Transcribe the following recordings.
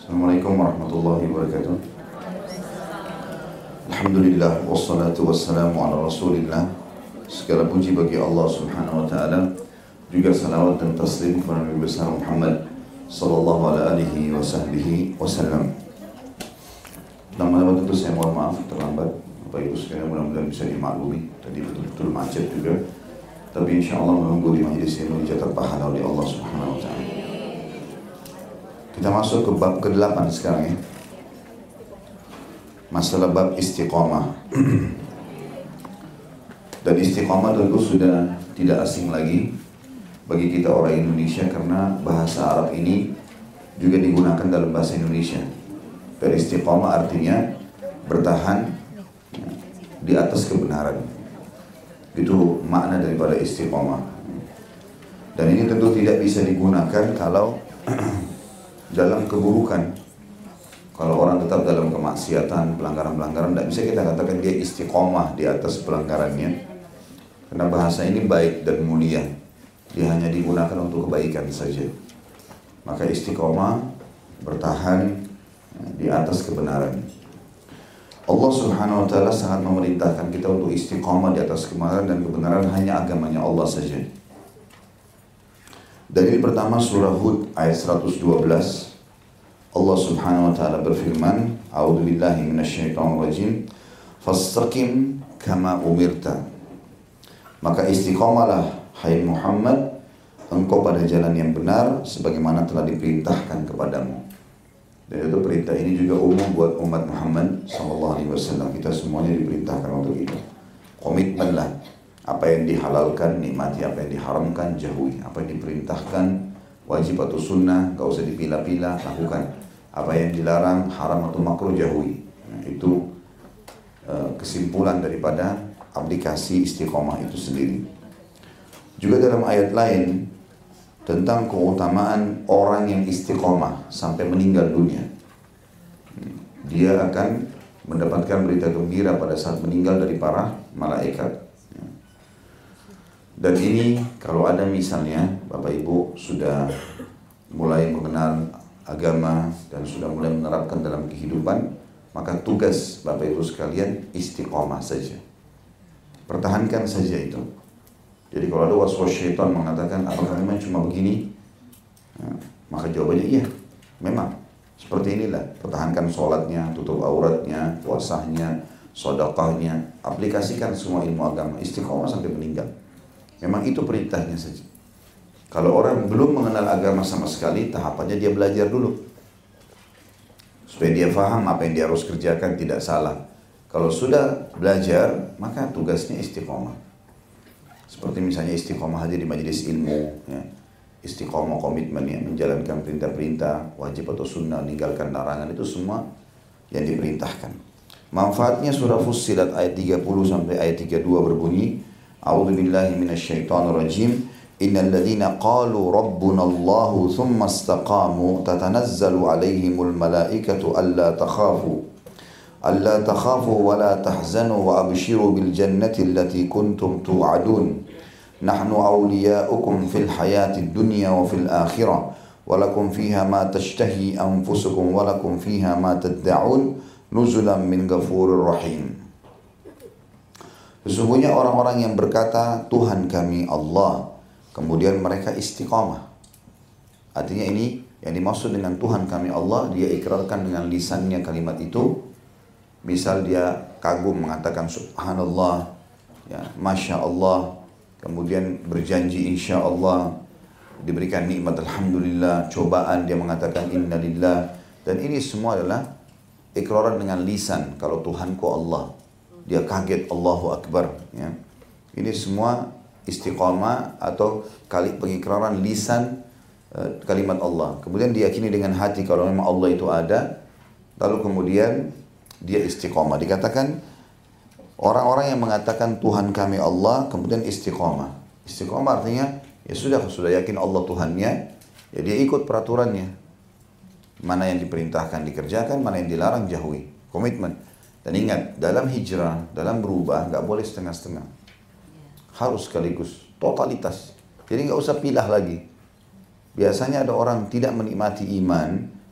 Assalamualaikum warahmatullahi wabarakatuh. Alhamdulillah wassalatu wassalamu ala rasulillah. Segala puji bagi Allah subhanahu wa ta'ala, juga salawat dan taslim kepada Nabi besar Muhammad sallallahu alaihi wasallam. Lama-lama tentu saya mohon maaf terlambat. Bapak Ibu sekalian, mudah-mudahan bisa dimaklumi. Tadi betul-betul macet juga. Tapi insya Allah menunggu di majlis ini dicatat pahala oleh Allah subhanahu wa ta'ala. Kita masuk ke bab ke-8 sekarang ya. Masalah bab istiqamah. Dan istiqamah tentu sudah tidak asing lagi bagi kita orang Indonesia, karena bahasa Arab ini juga digunakan dalam bahasa Indonesia. Beristiqamah artinya bertahan di atas kebenaran. Itu makna daripada istiqamah. Dan ini tentu tidak bisa digunakan kalau dalam keburukan. Kalau orang tetap dalam kemaksiatan, pelanggaran-pelanggaran, tidak bisa kita katakan dia istiqomah di atas pelanggarannya. Karena bahasa ini baik dan mulia, dia hanya digunakan untuk kebaikan saja. Maka istiqomah bertahan di atas kebenaran. Allah subhanahu wa ta'ala sangat memerintahkan kita untuk istiqomah di atas kebenaran, dan kebenaran hanya agamanya Allah saja. Dalil pertama surah Hud ayat 112. Allah subhanahu wa ta'ala berfirman, A'udzubillahi minasyaitonirrajim, Fastaqim kama umirta. Maka istiqamalah hai Muhammad, engkau pada jalan yang benar sebagaimana telah diperintahkan kepadamu. Dan itu perintah ini juga umum buat umat Muhammad SAW. Kita semuanya diperintahkan untuk itu. Komitmenlah. Apa yang dihalalkan, nikmati. Apa yang diharamkan, jauhi. Apa yang diperintahkan, wajib atau sunnah, gak usah dipilah-pilah, lakukan. Apa yang dilarang, haram atau makruh, jauhi. Nah, itu kesimpulan daripada aplikasi istiqomah itu sendiri. Juga dalam ayat lain tentang keutamaan orang yang istiqomah sampai meninggal dunia. Dia akan mendapatkan berita gembira pada saat meninggal dari para malaikat. Dan ini kalau ada misalnya Bapak Ibu sudah mulai mengenal agama dan sudah mulai menerapkan dalam kehidupan, maka tugas Bapak Ibu sekalian istiqomah saja. Pertahankan saja itu. Jadi kalau ada waswas syaitan mengatakan apakah memang cuma begini, maka jawabannya iya, memang seperti inilah. Pertahankan sholatnya, tutup auratnya, puasanya, sedekahnya, aplikasikan semua ilmu agama, istiqomah sampai meninggal. Memang itu perintahnya saja. Kalau orang belum mengenal agama sama sekali, tahapannya dia belajar dulu. Supaya dia faham apa yang dia harus kerjakan, tidak salah. Kalau sudah belajar, maka tugasnya istiqomah. Seperti misalnya istiqomah hadir di majelis ilmu, ya. Istiqomah komitmen ya, menjalankan perintah-perintah, wajib atau sunnah, meninggalkan larangan, itu semua yang diperintahkan. Manfaatnya surah Fussilat ayat 30 sampai ayat 32 berbunyi, A'udzubillahi minasyaitonirrajim. Innal ladzina qalu rabbunallahu tsumma istaqamu tatanazzalu 'alaihimul malaikatu alla takhafu wa la tahzanu wa abshiru bil jannati allati kuntum tu'adun. Nahnu awliya'ukum fil hayatid dunya wa fil akhirah wa lakum fiha ma tashtahi anfusukum wa lakum fiha ma tad'un nuzulan min ghafurir rahim. Sesungguhnya orang-orang yang berkata Tuhan kami Allah, kemudian mereka istiqamah. Artinya ini yang dimaksud dengan Tuhan kami Allah, dia ikrarkan dengan lisannya kalimat itu. Misal dia kagum mengatakan subhanallah, ya, masya Allah, kemudian berjanji insya Allah, diberikan nikmat alhamdulillah, cobaan dia mengatakan innalillah. Dan ini semua adalah ikraran dengan lisan kalau Tuhanku Allah. Dia kaget Allahu Akbar, ya. Ini semua istiqamah atau pengikraran lisan kalimat Allah. Kemudian diyakini dengan hati kalau memang Allah itu ada. Lalu kemudian dia istiqamah. Dikatakan orang-orang yang mengatakan Tuhan kami Allah kemudian istiqamah. Istiqamah artinya ya sudah yakin Allah Tuhannya, ya dia ikut peraturannya. Mana yang diperintahkan dikerjakan, mana yang dilarang jauhi. Komitmen. Dan ingat, dalam hijrah, dalam berubah, nggak boleh setengah-setengah. Harus sekaligus, totalitas. Jadi nggak usah pilah lagi. Biasanya ada orang tidak menikmati iman,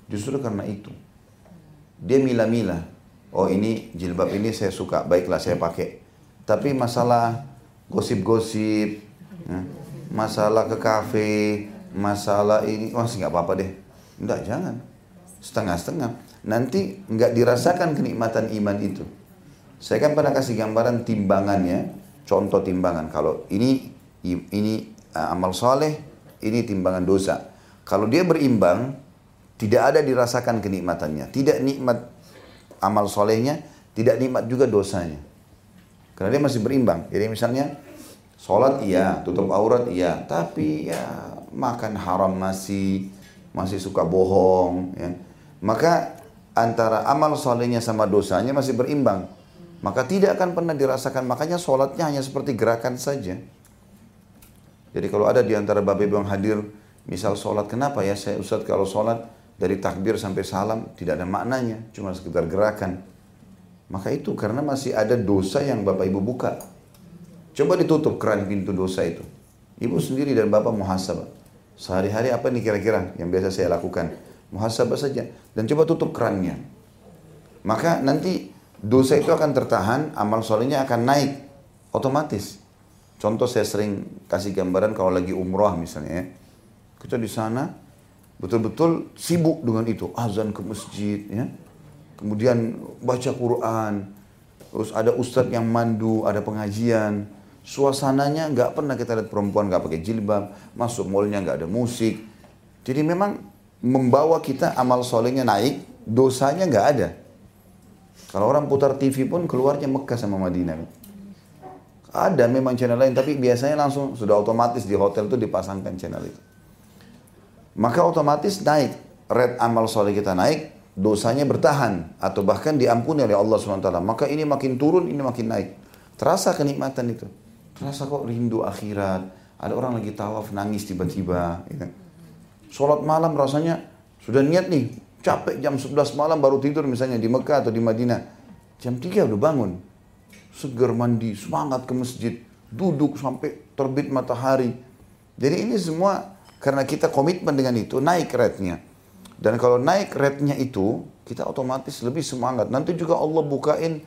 Justru karena itu. Dia milah-milah. Oh ini jilbab ini saya suka, baiklah saya pakai. Tapi masalah gosip-gosip, ya, masalah ke kafe, masalah ini, masih nggak apa-apa deh. Enggak, jangan. Setengah-setengah. Nanti nggak dirasakan kenikmatan iman itu. Saya kan pernah kasih gambaran timbangannya, contoh timbangan. Kalau ini amal soleh, ini timbangan dosa. Kalau dia berimbang, tidak ada dirasakan kenikmatannya. Tidak nikmat amal solehnya, tidak nikmat juga dosanya. Karena dia masih berimbang. Jadi misalnya, sholat iya, tutup aurat iya, tapi ya makan haram masih suka bohong. Ya. Maka antara amal solehnya sama dosanya masih berimbang. Maka tidak akan pernah dirasakan. Makanya sholatnya hanya seperti gerakan saja. Jadi kalau ada di antara bapak ibu yang hadir, misal sholat, kenapa ya saya Ustaz kalau sholat dari takbir sampai salam tidak ada maknanya, cuma sekedar gerakan. Maka itu karena masih ada dosa yang bapak ibu buka. Coba ditutup keran pintu dosa itu. Ibu sendiri dan bapak muhasabah. Sehari-hari apa nih kira-kira yang biasa saya lakukan? Muhasabah saja. Dan coba tutup kerannya. Maka nanti dosa itu akan tertahan, amal solehnya akan naik. Otomatis. Contoh saya sering kasih gambaran kalau lagi umroh misalnya ya. Kita di sana betul-betul sibuk dengan itu, azan ke masjid, ya. Kemudian baca Quran, terus ada ustadz yang mandu, ada pengajian, suasananya nggak pernah kita lihat perempuan nggak pakai jilbab, masuk mallnya nggak ada musik. Jadi memang membawa kita amal solehnya naik, dosanya nggak ada. Kalau orang putar TV pun keluarnya Mekah sama Madinah. Ada memang channel lain, tapi biasanya langsung sudah otomatis di hotel itu dipasangkan channel itu. Maka otomatis naik, rate amal soleh kita naik, dosanya bertahan atau bahkan diampuni oleh Allah SWT. Maka ini makin turun, ini makin naik. Terasa kenikmatan itu. Terasa kok rindu akhirat. Ada orang lagi tawaf nangis tiba-tiba. Ya. Sholat malam rasanya sudah niat nih, capek jam 11 malam baru tidur misalnya di Mekah atau di Madinah. Jam 3 udah bangun. Seger mandi, semangat ke masjid. Duduk sampai terbit matahari. Jadi ini semua karena kita komitmen dengan itu, naik rate-nya. Dan kalau naik rate-nya itu, kita otomatis lebih semangat. Nanti juga Allah bukain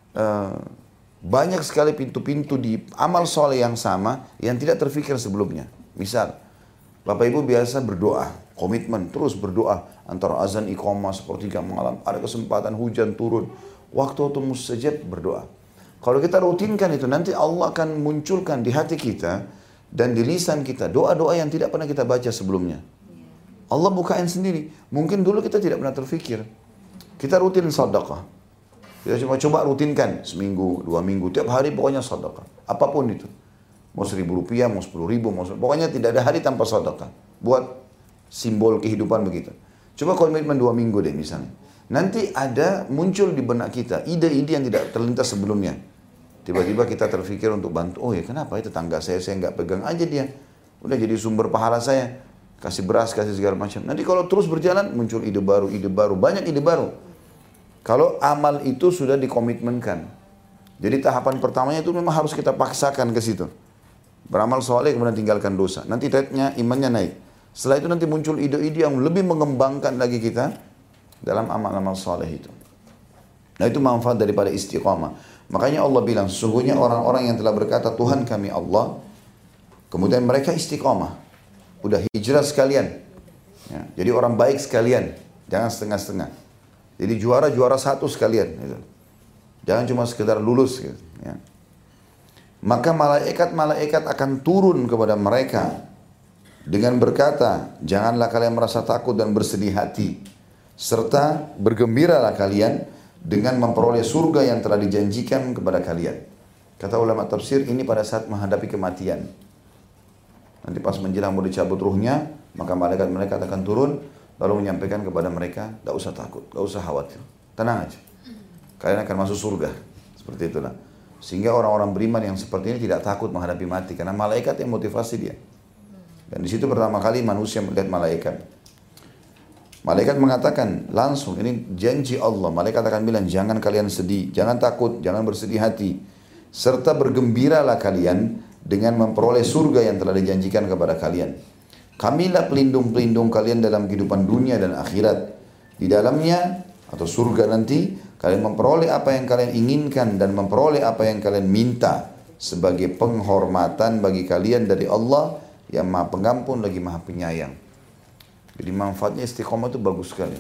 banyak sekali pintu-pintu di amal soleh yang sama, yang tidak terfikir sebelumnya. Misal, Bapak Ibu biasa berdoa, komitmen, terus berdoa. Antara azan iqamah sepertiga malam, ada kesempatan hujan turun. Waktu mustajab berdoa. Kalau kita rutinkan itu, nanti Allah akan munculkan di hati kita, dan di lisan kita, doa-doa yang tidak pernah kita baca sebelumnya. Allah bukain sendiri. Mungkin dulu kita tidak pernah terfikir. Kita rutin sedekah. Kita coba rutinkan. Seminggu, 2 minggu, tiap hari pokoknya sedekah. Apapun itu. Mau 1.000 rupiah, mau 10.000, pokoknya tidak ada hari tanpa sedekah. Buat simbol kehidupan begitu. Coba komitmen 2 minggu deh misalnya. Nanti ada muncul di benak kita ide-ide yang tidak terlintas sebelumnya. Tiba-tiba kita terfikir untuk bantu. Oh ya kenapa ya tetangga saya nggak pegang aja dia. Udah jadi sumber pahala saya. Kasih beras, kasih segala macam. Nanti kalau terus berjalan muncul ide baru, banyak ide baru. Kalau amal itu sudah dikomitmenkan. Jadi tahapan pertamanya itu memang harus kita paksakan ke situ. Beramal soleh kemudian tinggalkan dosa. Nanti rate-nya, imannya naik. Setelah itu nanti muncul ide-ide yang lebih mengembangkan lagi kita dalam amal-amal soleh itu. Nah itu manfaat daripada istiqamah. Makanya Allah bilang, sesungguhnya orang-orang yang telah berkata, Tuhan kami Allah, kemudian mereka istiqamah. Udah hijrah sekalian. Ya, jadi orang baik sekalian. Jangan setengah-setengah. Jadi juara-juara satu sekalian. Gitu. Jangan cuma sekedar lulus. Gitu, ya. Maka malaikat-malaikat akan turun kepada mereka dengan berkata, janganlah kalian merasa takut dan bersedih hati. Serta bergembiralah kalian dengan memperoleh surga yang telah dijanjikan kepada kalian. Kata ulama tafsir, ini pada saat menghadapi kematian. Nanti pas menjelang mau dicabut ruhnya, maka malaikat-malaikat akan turun, lalu menyampaikan kepada mereka, tidak usah takut, tidak usah khawatir. Tenang aja. Kalian akan masuk surga. Seperti itulah. Sehingga orang-orang beriman yang seperti ini tidak takut menghadapi mati. Karena malaikat yang motivasi dia. Dan di situ pertama kali manusia melihat malaikat. Malaikat mengatakan langsung, ini janji Allah. Malaikat akan bilang, jangan kalian sedih, jangan takut, jangan bersedih hati. Serta bergembiralah kalian dengan memperoleh surga yang telah dijanjikan kepada kalian. Kamilah pelindung-pelindung kalian dalam kehidupan dunia dan akhirat. Di dalamnya atau surga nanti kalian memperoleh apa yang kalian inginkan dan memperoleh apa yang kalian minta sebagai penghormatan bagi kalian dari Allah yang Maha Pengampun lagi Maha Penyayang. Jadi manfaatnya istiqomah itu bagus sekali.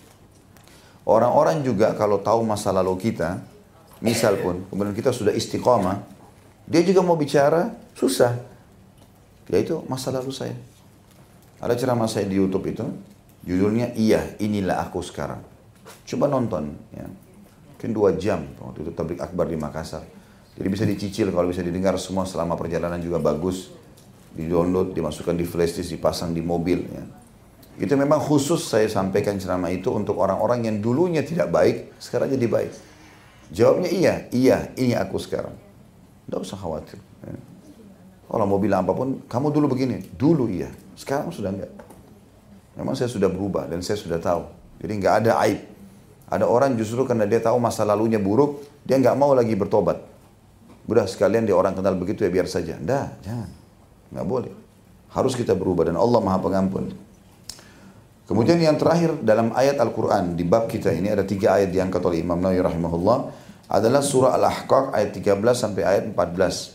Orang-orang juga kalau tahu masa lalu kita, misal pun kemudian kita sudah istiqomah, dia juga mau bicara susah. Yaitu masa lalu saya. Ada ceramah saya di YouTube itu, judulnya Iya, Inilah Aku Sekarang. Coba nonton, ya. Mungkin 2 jam waktu itu tablik akbar di Makassar. Jadi bisa dicicil, kalau bisa didengar semua selama perjalanan juga bagus. Di-download, dimasukkan di flash disk, dipasang di mobil. Ya. Itu memang khusus saya sampaikan ceramah itu untuk orang-orang yang dulunya tidak baik, sekarang jadi baik. Jawabnya iya, ini aku sekarang. Tidak usah khawatir. Ya. Kalau mau bilang apapun, kamu dulu begini, dulu iya, sekarang sudah enggak. Memang saya sudah berubah dan saya sudah tahu. Jadi enggak ada aib. Ada orang justru karena dia tahu masa lalunya buruk, dia enggak mau lagi bertobat. Udah sekalian dia orang kenal begitu ya biar saja. Enggak, jangan. Enggak boleh. Harus kita berubah dan Allah Maha Pengampun. Kemudian yang terakhir dalam ayat Al-Quran di bab kita ini ada 3 ayat diangkat oleh Imam Nawawi rahimahullah adalah surah Al-Ahqaf ayat 13 sampai ayat 14.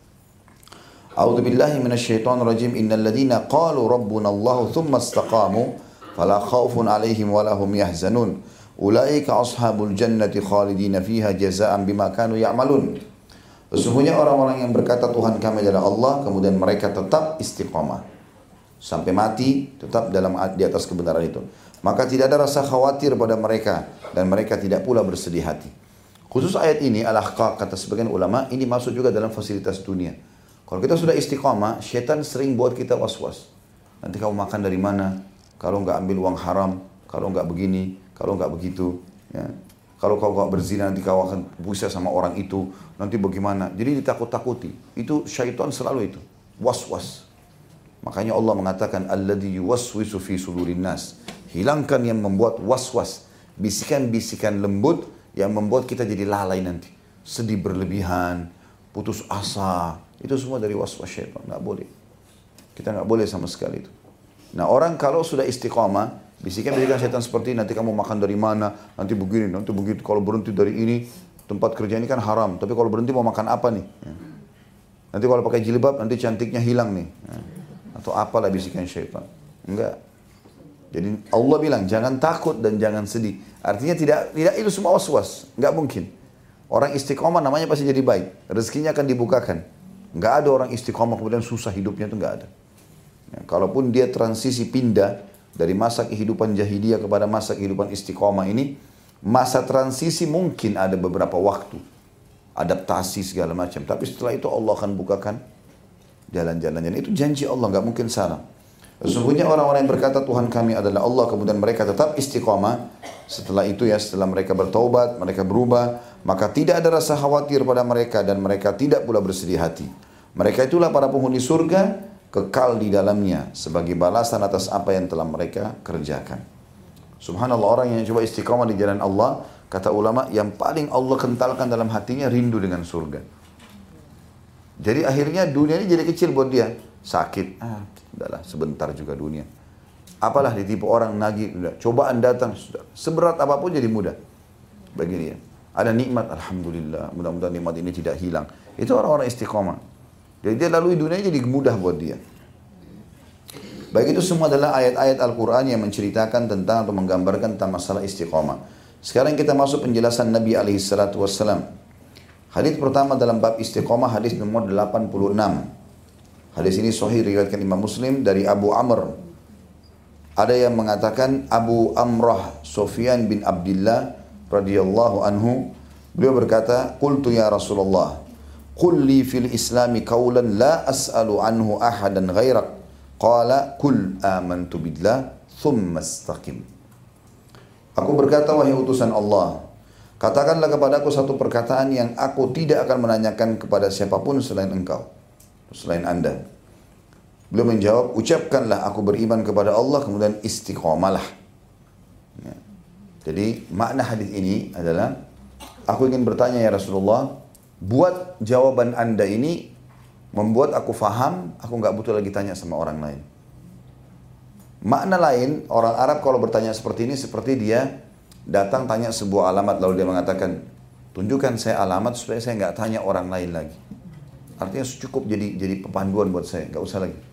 A'udzu billahi minasyaitonir rajim. Innal ladzina qalu rabbuna Allah tsumma istaqamu fala khaufun 'alaihim wa lahum yahzanun. Ulaika ashabul jannati khalidina fiha jazaa'an bima kanu ya'malun. Sesungguhnya orang-orang yang berkata Tuhan kami adalah Allah kemudian mereka tetap istiqamah sampai mati tetap di atas kebenaran itu. Maka tidak ada rasa khawatir pada mereka dan mereka tidak pula bersedih hati. Khusus ayat ini Al-Ahqaf kata sebagian ulama ini masuk juga dalam fasilitas dunia. Kalau kita sudah istiqamah, syaitan sering buat kita was-was. Nanti kamu makan dari mana? Kalau nggak ambil uang haram, kalau nggak begini, kalau nggak begitu. Ya. Kalau kau nggak berzina, nanti kau akan berusaha sama orang itu. Nanti bagaimana? Jadi ditakut-takuti. Itu syaitan selalu itu. Was-was. Makanya Allah mengatakan, Alladhi yuwaswisu fi sudurin nas. Hilangkan yang membuat was-was. Bisikan-bisikan lembut yang membuat kita jadi lalai nanti. Sedih berlebihan, putus asa. Itu semua dari was-was syaitan, nggak boleh. Kita nggak boleh sama sekali itu. Nah orang kalau sudah istiqamah, bisikan-bisikan syaitan seperti nanti kamu makan dari mana, nanti begini, nanti begitu. Kalau berhenti dari ini, tempat kerja ini kan haram. Tapi kalau berhenti mau makan apa nih? Ya. Nanti kalau pakai jilbab, nanti cantiknya hilang nih. Ya. Atau apalah bisikan syaitan. Enggak. Jadi Allah bilang jangan takut dan jangan sedih. Artinya tidak itu semua was-was, nggak mungkin. Orang istiqomah namanya pasti jadi baik, rezekinya akan dibukakan. Nggak ada orang istiqomah kemudian susah hidupnya itu nggak ada. Ya, kalaupun dia transisi pindah dari masa kehidupan jahiliyah kepada masa kehidupan istiqomah ini, masa transisi mungkin ada beberapa waktu, adaptasi segala macam. Tapi setelah itu Allah akan bukakan jalan-jalannya. Itu janji Allah, nggak mungkin salah. Sesungguhnya orang-orang yang berkata Tuhan kami adalah Allah kemudian mereka tetap istiqamah. Setelah itu ya setelah mereka bertaubat, mereka berubah, maka tidak ada rasa khawatir pada mereka dan mereka tidak pula bersedih hati. Mereka itulah para penghuni surga, kekal di dalamnya sebagai balasan atas apa yang telah mereka kerjakan. Subhanallah, orang yang coba istiqamah di jalan Allah, kata ulama, yang paling Allah kentalkan dalam hatinya rindu dengan surga. Jadi akhirnya dunia ini jadi kecil buat dia. Sakit, udahlah sebentar juga dunia. Apalah ditipu orang nagih, udah. Cobaan datang, sudah. Seberat apapun jadi mudah bagi dia. Ada nikmat, alhamdulillah, mudah-mudahan nikmat ini tidak hilang. Itu orang-orang istiqamah. Jadi dia lalui dunia jadi mudah buat dia. Baik, itu semua adalah ayat-ayat Al-Quran yang menceritakan tentang atau menggambarkan tentang masalah istiqamah. Sekarang kita masuk penjelasan Nabi SAW. Hadis pertama dalam bab istiqamah, hadis nomor 86. Hadis ini sahih diriwayatkan Imam Muslim dari Abu Amr. Ada yang mengatakan Abu Amrah Sufyan bin Abdullah radhiyallahu anhu. Beliau berkata, "Qultu ya Rasulullah, qul li fil Islami qawlan la as'alu anhu ahadan ghairak." Qala, "Qul amantu billah thumma istaqim." Aku berkata, wahai utusan Allah, katakanlah kepadaku satu perkataan yang aku tidak akan menanyakan kepada siapapun selain engkau, selain anda. Beliau menjawab, ucapkanlah aku beriman kepada Allah, kemudian istiqamalah. Ya. Jadi makna hadis ini adalah, aku ingin bertanya ya Rasulullah, buat jawaban anda ini membuat aku faham, aku nggak butuh lagi tanya sama orang lain. Makna lain, orang Arab kalau bertanya seperti ini, seperti dia datang tanya sebuah alamat, lalu dia mengatakan, tunjukkan saya alamat supaya saya nggak tanya orang lain lagi. Artinya cukup jadi pepanduan buat saya, nggak usah lagi.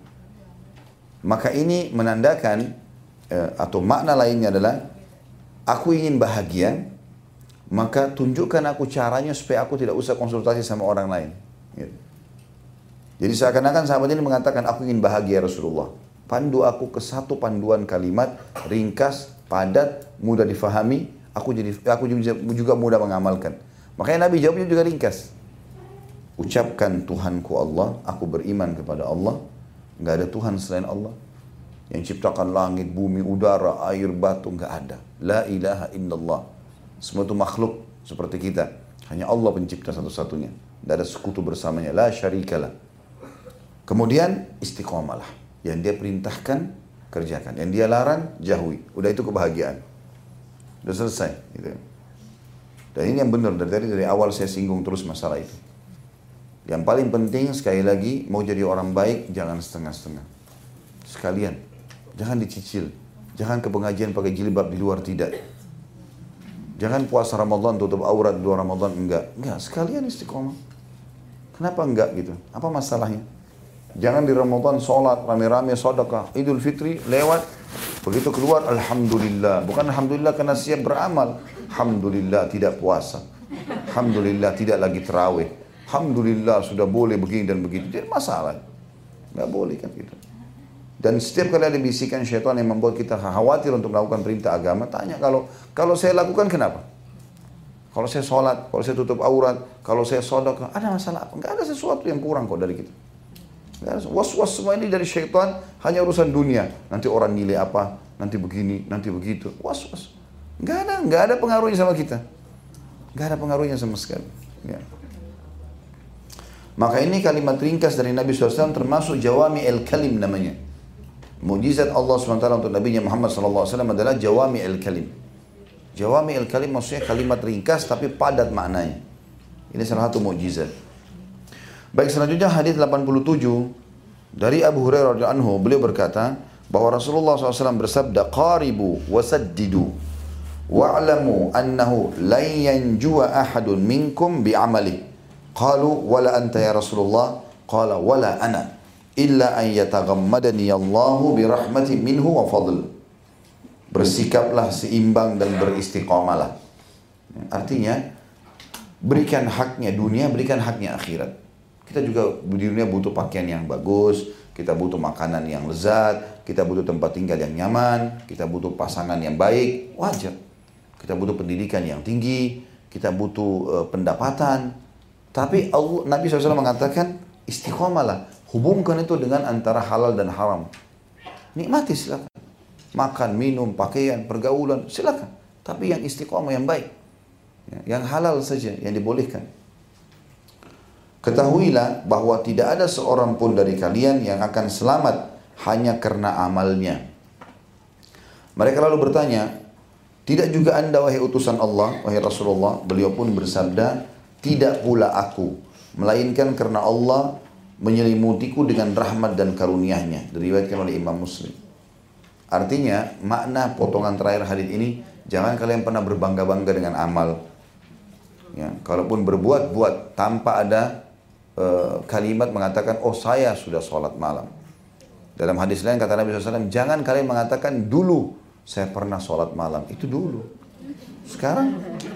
Maka ini menandakan, atau makna lainnya adalah, aku ingin bahagia, maka tunjukkan aku caranya supaya aku tidak usah konsultasi sama orang lain. Gitu. Jadi seakan-akan sahabat ini mengatakan, aku ingin bahagia Rasulullah. Pandu aku ke satu panduan kalimat, ringkas, padat, mudah difahami, aku juga mudah mengamalkan. Makanya Nabi jawabnya juga ringkas. Ucapkan Tuhanku Allah, aku beriman kepada Allah, nggak ada Tuhan selain Allah. Yang ciptakan langit, bumi, udara, air, batu, nggak ada. La ilaha illallah. Semua itu makhluk seperti kita. Hanya Allah pencipta satu-satunya. Tidak ada sekutu bersamanya. La syarikalah. Kemudian istiqomalah. Yang dia perintahkan, kerjakan. Yang dia larang, jauhi. Udah itu kebahagiaan. Udah selesai. Gitu. Dan ini yang benar. Dari awal saya singgung terus masalah itu. Yang paling penting sekali lagi, mau jadi orang baik, jangan setengah-setengah. Sekalian. Jangan dicicil. Jangan ke pengajian pakai jilbab di luar, tidak. Jangan puasa Ramadan tutup aurat di luar Ramadan, enggak. Enggak, sekalian istiqomah. Kenapa enggak gitu? Apa masalahnya? Jangan di Ramadan sholat, rame-rame, sedekah, Idul Fitri lewat, begitu keluar, Alhamdulillah. Bukan Alhamdulillah karena siap beramal. Alhamdulillah tidak puasa. Alhamdulillah tidak lagi terawih. Alhamdulillah sudah boleh begini dan begitu. Tidak masalah. Enggak boleh kan gitu. Dan setiap kali ada bisikan syaitan yang membuat kita khawatir untuk melakukan perintah agama, tanya kalau saya lakukan kenapa? Kalau saya sholat, kalau saya tutup aurat, kalau saya sedekah, ada masalah apa? Enggak ada sesuatu yang kurang kok dari kita. Was-was semua ini dari syaitan, hanya urusan dunia. Nanti orang nilai apa, nanti begini, nanti begitu. Was-was. Enggak ada pengaruhnya sama kita. Enggak ada pengaruhnya sama sekali. Ya. Maka ini kalimat ringkas dari Nabi SAW termasuk jawami al-kalim namanya. Mujizat Allah SWT untuk Nabi Muhammad SAW adalah jawami al-kalim. Jawami al-kalim maksudnya kalimat ringkas tapi padat maknanya. Ini salah satu mujizat. Baik, selanjutnya hadis 87 dari Abu Hurairah radhiyallahu anhu, beliau berkata bahwa Rasulullah SAW bersabda, qaribu wasaddidu wa'lamu annahu lan yanjuwa ahadun minkum bi'amali. Qalu wala anta ya Rasulullah, qala wala ana illa an yataghammadani Allahu birahmati minhu wa fadl. Bersikaplah seimbang dan beristiqamalah. Artinya berikan haknya dunia, berikan haknya akhirat. Kita juga di dunia butuh pakaian yang bagus, kita butuh makanan yang lezat, kita butuh tempat tinggal yang nyaman, kita butuh pasangan yang baik, wajar. Kita butuh pendidikan yang tinggi, kita butuh pendapatan. Tapi Nabi SAW mengatakan istiqomalah, hubungkan itu dengan antara halal dan haram. Nikmati silakan. Makan, minum, pakaian, pergaulan, silakan. Tapi yang istiqomah, yang baik. Yang halal saja, yang dibolehkan. Ketahuilah bahwa tidak ada seorang pun dari kalian yang akan selamat hanya karena amalnya. Mereka lalu bertanya, tidak juga anda wahai utusan Allah, wahai Rasulullah? Beliau pun bersabda, tidak pula aku, melainkan karena Allah menyelimutiku dengan rahmat dan karunia-Nya. Diriwayatkan oleh Imam Muslim. Artinya, makna potongan terakhir hadis ini, jangan kalian pernah berbangga-bangga dengan amal. Ya, kalaupun buat tanpa ada kalimat mengatakan, oh saya sudah sholat malam. Dalam hadis lain kata Nabi SAW, jangan kalian mengatakan dulu saya pernah sholat malam. Itu dulu. Sekarang,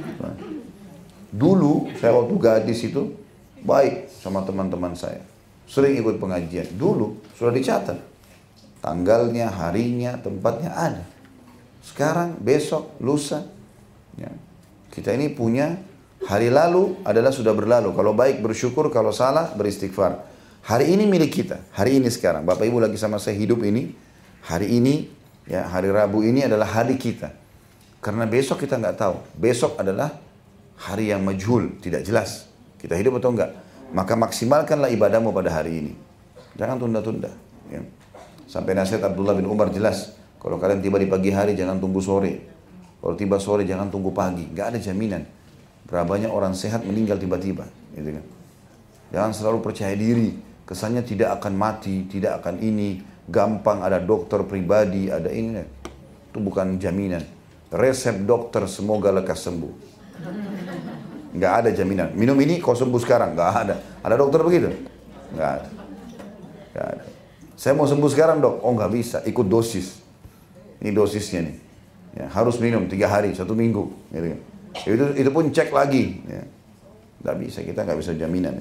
dulu saya waktu gadis itu baik sama teman-teman saya. Sering ikut pengajian. Dulu sudah dicatat. Tanggalnya, harinya, tempatnya ada. Sekarang, besok, lusa. Ya. Kita ini punya hari lalu adalah sudah berlalu. Kalau baik bersyukur, kalau salah beristighfar. Hari ini milik kita. Hari ini sekarang. Bapak Ibu lagi sama saya hidup ini. Hari ini, ya hari Rabu ini adalah hari kita. Karena besok kita nggak tahu. Besok adalah hari yang majhul, tidak jelas. Kita hidup atau enggak. Maka maksimalkanlah ibadahmu pada hari ini. Jangan tunda-tunda. Ya. Sampai nasihat Abdullah bin Umar jelas. Kalau kalian tiba di pagi hari, jangan tunggu sore. Kalau tiba sore, jangan tunggu pagi. Nggak ada jaminan. Berapa banyak orang sehat meninggal tiba-tiba. Gitu kan. Jangan selalu percaya diri. Kesannya tidak akan mati, tidak akan ini. gampang, ada dokter pribadi, ada ini. Itu bukan jaminan. Resep dokter semoga lekas sembuh. Nggak ada jaminan. Minum ini kau sembuh sekarang, nggak ada. Ada dokter begitu? Nggak ada. Nggak ada. Saya mau sembuh sekarang dok, oh nggak bisa, ikut dosis. Ini dosisnya nih. Ya, harus minum 3 hari, 1 minggu. Gitu. Itu pun cek lagi. Ya. Nggak bisa, kita nggak bisa jaminan.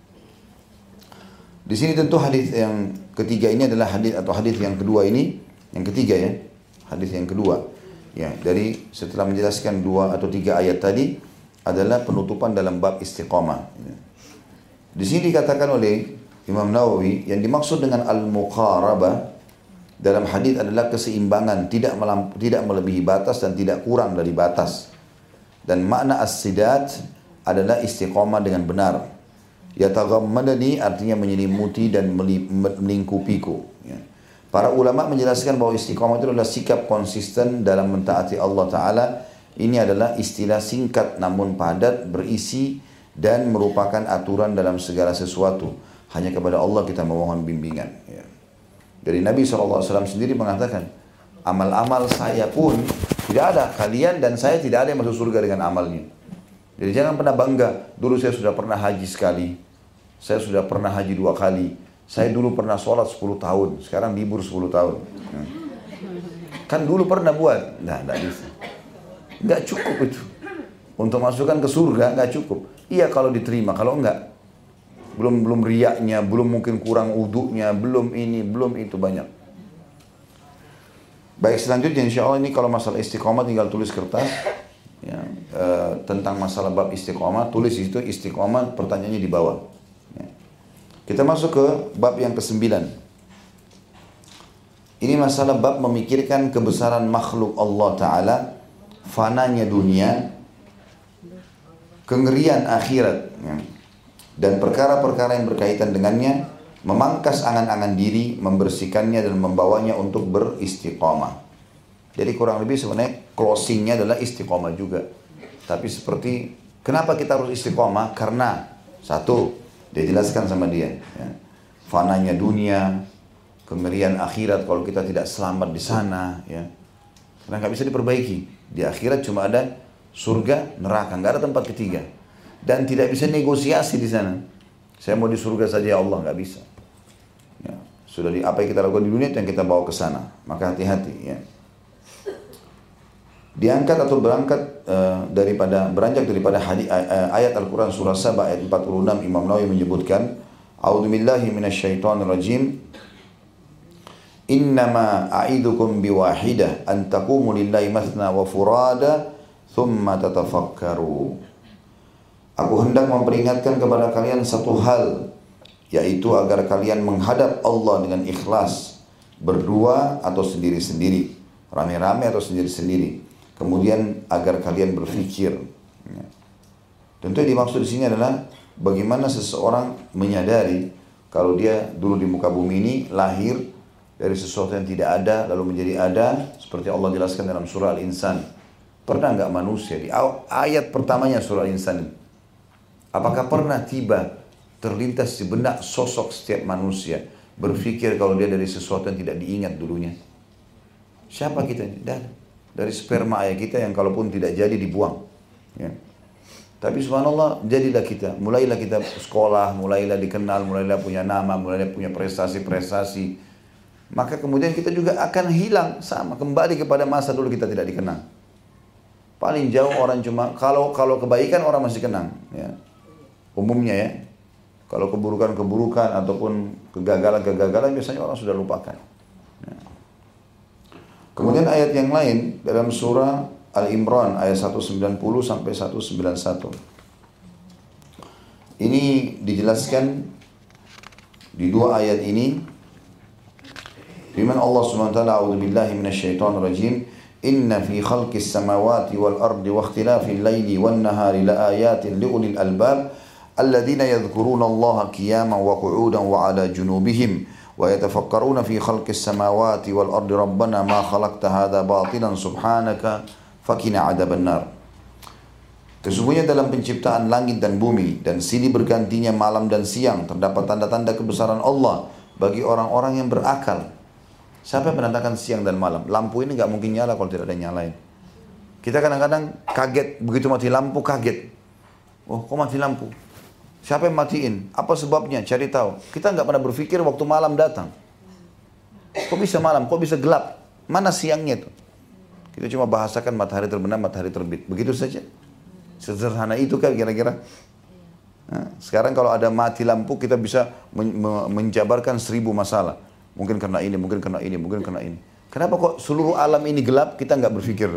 Di sini tentu hadis yang ketiga ini adalah hadis yang kedua ini, yang ketiga ya, hadis yang kedua. Ya, dari setelah menjelaskan 2 atau 3 ayat tadi adalah penutupan dalam bab istiqamah. Ya. Di sini dikatakan oleh Imam Nawawi yang dimaksud dengan al-muqarabah dalam hadis adalah keseimbangan, tidak melebihi batas dan tidak kurang dari batas. Dan makna as-sidat adalah istiqamah dengan benar. Yataghammadani artinya menyelimuti dan melingkupiku. Ya. Para ulama menjelaskan bahwa istiqamah itu adalah sikap konsisten dalam mentaati Allah Ta'ala. Ini adalah istilah singkat namun padat, berisi dan merupakan aturan dalam segala sesuatu. Hanya kepada Allah kita memohon bimbingan. Ya. Dari Nabi SAW sendiri mengatakan, amal-amal saya pun tidak ada, kalian dan saya tidak ada yang masuk surga dengan amalnya. Jadi jangan pernah bangga, dulu saya sudah pernah haji sekali, saya sudah pernah haji 2 kali, saya dulu pernah sholat 10 tahun, sekarang libur 10 tahun. Kan dulu pernah buat, nah tidak bisa. Nggak cukup itu. Untuk masukkan ke surga nggak cukup. Iya kalau diterima, kalau enggak. Belum riyaknya, belum mungkin kurang wudunya, belum ini, belum itu banyak. Baik, selanjutnya insya Allah ini kalau masalah istiqomah tinggal tulis kertas. Ya, tentang masalah bab istiqomah, tulis itu istiqomah, pertanyaannya di bawah. Ya. Kita masuk ke bab yang ke-9. Ini masalah bab memikirkan kebesaran makhluk Allah Ta'ala, fananya dunia, kengerian akhirat, ya, dan perkara-perkara yang berkaitan dengannya, memangkas angan-angan diri, membersihkannya dan membawanya untuk beristiqamah. Jadi kurang lebih sebenarnya closingnya adalah istiqamah juga. Tapi seperti kenapa kita harus istiqamah? Karena satu, dia jelaskan sama dia, ya, fananya dunia, kengerian akhirat kalau kita tidak selamat di sana, ya, karena nggak bisa diperbaiki. Di akhirat cuma ada surga, neraka, nggak ada tempat ketiga. Dan tidak bisa negosiasi di sana. Saya mau di surga saja ya Allah, nggak bisa. Ya, sudah apa yang kita lakukan di dunia itu yang kita bawa ke sana. Maka hati-hati. Ya. Diangkat atau beranjak daripada ayat Al-Quran surah Saba ayat 46, Imam Nawawi menyebutkan, A'udzubillahi minasyaitonirrajim. Innama a'idukum biwahidah an taqumu lillahi mathna wa furada thumma tatafakkaru. Aku hendak memperingatkan kepada kalian satu hal, yaitu agar kalian menghadap Allah dengan ikhlas, berdua atau sendiri-sendiri, rame-rame atau sendiri-sendiri. Kemudian agar kalian berfikir. Tentu yang dimaksud di sini adalah bagaimana seseorang menyadari kalau dia dulu di muka bumi ini lahir dari sesuatu yang tidak ada lalu menjadi ada, seperti Allah jelaskan dalam surah Al-Insan. Pernah nggak manusia di ayat pertamanya surah Al-Insan, apakah pernah tiba terlintas di benak sosok setiap manusia berpikir kalau dia dari sesuatu yang tidak diingat dulunya? Siapa kita ini? Dari sperma ayah kita yang kalaupun tidak jadi dibuang. Ya. Tapi subhanallah jadilah kita, mulailah kita sekolah, mulailah dikenal, mulailah punya nama, mulailah punya prestasi-prestasi. Maka kemudian kita juga akan hilang sama, kembali kepada masa dulu kita tidak dikenal. Paling jauh orang cuma, kalau kebaikan orang masih kenang. Ya. Umumnya ya, kalau keburukan-keburukan ataupun kegagalan-kegagalan biasanya orang sudah lupakan. Ya. Kemudian ayat yang lain dalam surah Al-Imran ayat 190 sampai 191. Ini dijelaskan di 2 ayat ini. Firman Allah Subhanahu wa taala, a'udzubillahi minasyaitonirrajim. Inna fi khalqis samawati wal ardi wa ikhtilafil laili wan nahari laayatin liulil albab alladzina yadhkuruna Allaha qiyaman wa qu'udan wa 'ala junubihim wa yatafakkaruna fi khalqis samawati wal ardi rabbana ma khalaqta hadza batilan subhanaka faqina 'adzabannar. Sesungguhnya dalam penciptaan langit dan bumi dan silih bergantinya malam dan siang terdapat tanda-tanda kebesaran Allah bagi orang-orang yang berakal. Siapa yang menandakan siang dan malam? Lampu ini nggak mungkin nyala kalau tidak ada yang nyalain. Kita kadang-kadang kaget, begitu mati lampu kaget. Oh, kok mati lampu? Siapa yang matiin? Apa sebabnya? Cari tahu. Kita nggak pernah berpikir waktu malam datang. Kok bisa malam? Kok bisa gelap? Mana siangnya itu? Kita cuma bahasakan matahari terbenam, matahari terbit. Begitu saja. Sederhana itu kan kira-kira. Nah, sekarang kalau ada mati lampu, kita bisa menjabarkan 1000 masalah. Mungkin karena ini, mungkin karena ini, mungkin karena ini. Kenapa kok seluruh alam ini gelap, kita nggak berpikir?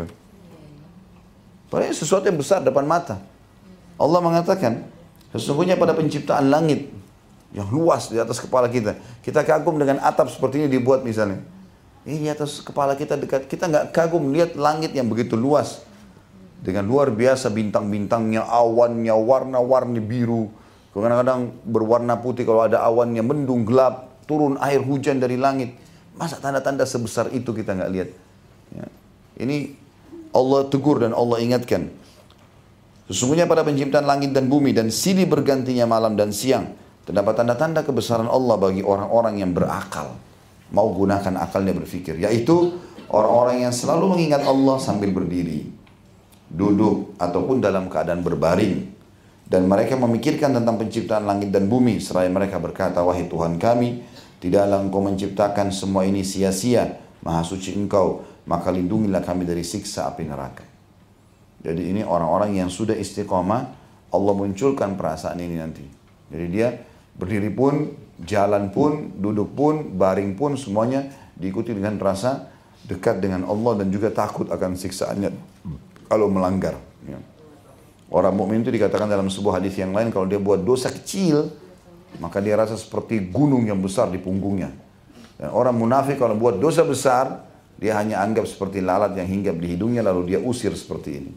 Padahal sesuatu yang besar depan mata. Allah mengatakan, sesungguhnya pada penciptaan langit yang luas di atas kepala kita. Kita kagum dengan atap seperti ini dibuat misalnya. Ini di atas kepala kita dekat. Kita nggak kagum lihat langit yang begitu luas. Dengan luar biasa bintang-bintangnya, awannya, warna-warni biru. Kadang-kadang berwarna putih kalau ada awannya, mendung gelap. Turun air hujan dari langit. Masa tanda-tanda sebesar itu kita nggak lihat? Ya. Ini Allah tegur dan Allah ingatkan. Sesungguhnya pada penciptaan langit dan bumi dan silih bergantinya malam dan siang, terdapat tanda-tanda kebesaran Allah bagi orang-orang yang berakal. Mau gunakan akalnya berfikir. Yaitu orang-orang yang selalu mengingat Allah sambil berdiri, duduk, ataupun dalam keadaan berbaring. Dan mereka memikirkan tentang penciptaan langit dan bumi. Seraya mereka berkata, wahai Tuhan kami, tidaklah Engkau menciptakan semua ini sia-sia. Maha suci Engkau, maka lindungilah kami dari siksa api neraka. Jadi ini orang-orang yang sudah istiqamah, Allah munculkan perasaan ini nanti. Jadi dia berdiri pun, jalan pun, duduk pun, baring pun, semuanya diikuti dengan rasa dekat dengan Allah dan juga takut akan siksaannya kalau melanggar. Ya. Orang mukmin itu dikatakan dalam sebuah hadis yang lain, kalau dia buat dosa kecil, maka dia rasa seperti gunung yang besar di punggungnya. Dan orang munafik kalau buat dosa besar, dia hanya anggap seperti lalat yang hinggap di hidungnya lalu dia usir seperti ini.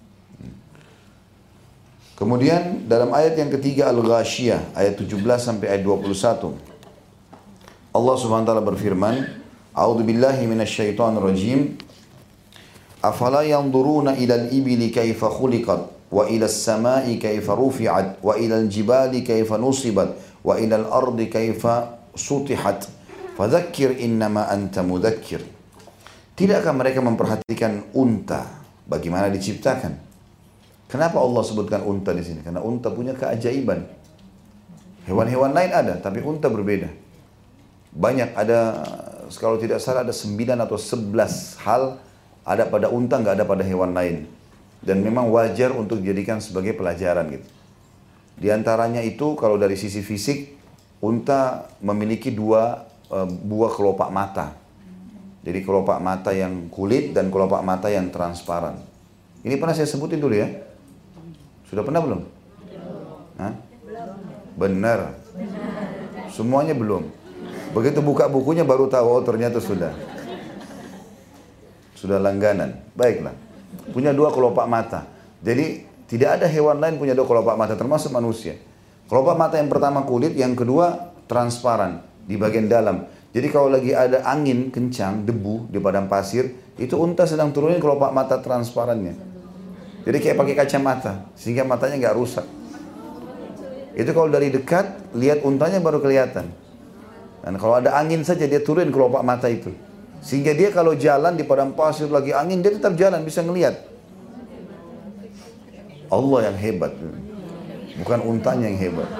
Kemudian dalam ayat yang ketiga Al-Ghashiyah ayat 17 sampai ayat 21. Allah Subhanahu wa taala berfirman, A'udzu billahi minasyaitonir rajim. Afala yanzuruna ilal ibili kaifa khuliqat wa ilas samai kaifa rufi'at wa ilal jibali kaifa nusibat wa ilal ardi kaifa sutihat fadzakkir innama anta mudzakkir. Tidakkah mereka memperhatikan unta bagaimana diciptakan? Kenapa Allah sebutkan unta di sini? Karena unta punya keajaiban. Hewan-hewan lain ada, tapi unta berbeda. Banyak ada, kalau tidak salah ada 9 atau 11 hal ada pada unta, nggak ada pada hewan lain. Dan memang wajar untuk dijadikan sebagai pelajaran gitu. Di antaranya itu kalau dari sisi fisik, unta memiliki 2 buah kelopak mata. Jadi kelopak mata yang kulit dan kelopak mata yang transparan. Ini pernah saya sebutin dulu ya. Sudah pernah belum? Hah? Benar. Semuanya belum. Begitu buka bukunya baru tahu, oh ternyata sudah. Sudah langganan. Baiklah. Punya 2 kelopak mata. Jadi tidak ada hewan lain punya 2 kelopak mata termasuk manusia. Kelopak mata yang pertama kulit, yang kedua transparan di bagian dalam. Jadi kalau lagi ada angin kencang, debu di padang pasir, itu unta sedang turunin kelopak mata transparannya. Jadi kayak pakai kacamata, sehingga matanya nggak rusak. Itu kalau dari dekat, lihat untanya baru kelihatan. Dan kalau ada angin saja, dia turunin kelopak mata itu. Sehingga dia kalau jalan di padang pasir lagi angin, dia tetap jalan, bisa ngelihat. Allah yang hebat, bukan untanya yang hebat.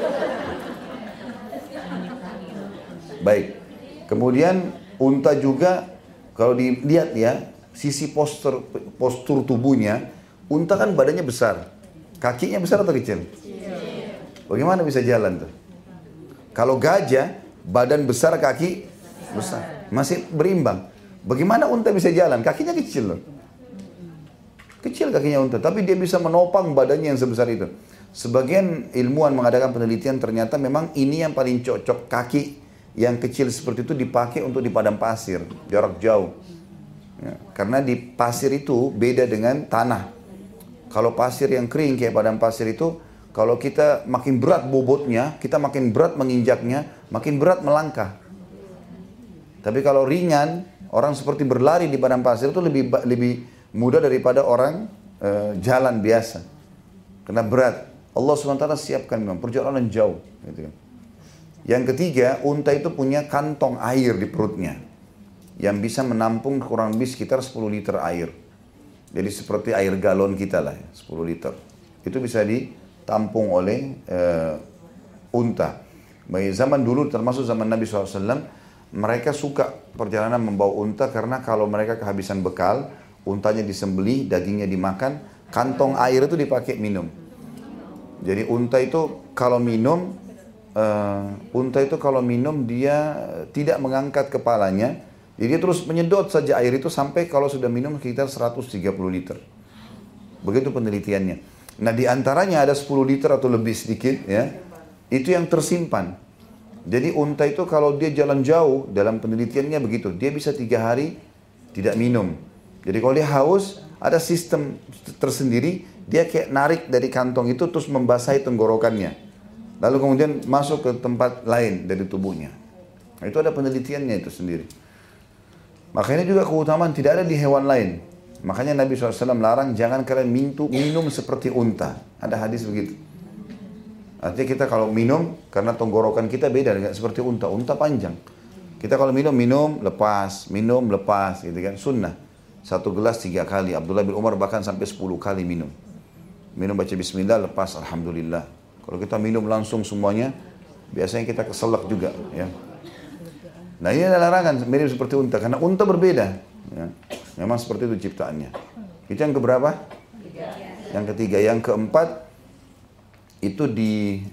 Baik. Kemudian unta juga kalau dilihat ya, sisi postur tubuhnya, unta kan badannya besar. Kakinya besar atau kecil? Bagaimana bisa jalan tuh? Kalau gajah, badan besar, kaki besar. Masih berimbang. Bagaimana unta bisa jalan? Kakinya kecil loh. Kecil kakinya unta, tapi dia bisa menopang badannya yang sebesar itu. Sebagian ilmuwan mengadakan penelitian, ternyata memang ini yang paling cocok. Kaki yang kecil seperti itu dipakai untuk di padang pasir, jarak jauh. Ya, karena di pasir itu beda dengan tanah. Kalau pasir yang kering kayak padang pasir itu, kalau kita makin berat bobotnya, kita makin berat menginjaknya, makin berat melangkah. Tapi kalau ringan, orang seperti berlari di padang pasir itu lebih mudah daripada orang jalan biasa. Karena berat. Allah SWT siapkan memang perjalanan jauh. Gitu kan. Yang ketiga, unta itu punya kantong air di perutnya. yang bisa menampung kurang lebih sekitar 10 liter air. Jadi seperti air galon kita lah, 10 liter. Itu bisa ditampung oleh unta. Bagi zaman dulu termasuk zaman Nabi SAW, mereka suka perjalanan membawa unta karena kalau mereka kehabisan bekal, untanya disembelih, dagingnya dimakan, kantong air itu dipakai minum. Jadi unta itu kalau minum dia tidak mengangkat kepalanya, jadi dia terus menyedot saja air itu sampai kalau sudah minum sekitar 130 liter. Begitu penelitiannya. Nah di antaranya ada 10 liter atau lebih sedikit ya, itu yang tersimpan. Jadi unta itu kalau dia jalan jauh, dalam penelitiannya begitu, dia bisa 3 hari tidak minum. Jadi kalau dia haus, ada sistem tersendiri, dia kayak narik dari kantong itu terus membasahi tenggorokannya. Lalu kemudian masuk ke tempat lain dari tubuhnya. Nah, itu ada penelitiannya itu sendiri. Makanya juga keutamaan tidak ada di hewan lain. Makanya Nabi SAW larang jangan kalian minum seperti unta. Ada hadis begitu. Artinya kita kalau minum, karena tenggorokan kita beda dengan seperti unta. Unta panjang. Kita kalau minum, lepas, gitu kan. Sunnah. 1 gelas 3 kali. Abdullah bin Umar bahkan sampai 10 kali minum. Minum baca bismillah, lepas alhamdulillah. Kalau kita minum langsung semuanya, biasanya kita keselak juga. Ya. Nah ini adalah larangan mirip seperti unta. Karena unta berbeda. Ya. Memang seperti itu ciptaannya. Itu yang keberapa? Yang ketiga. Yang keempat, itu di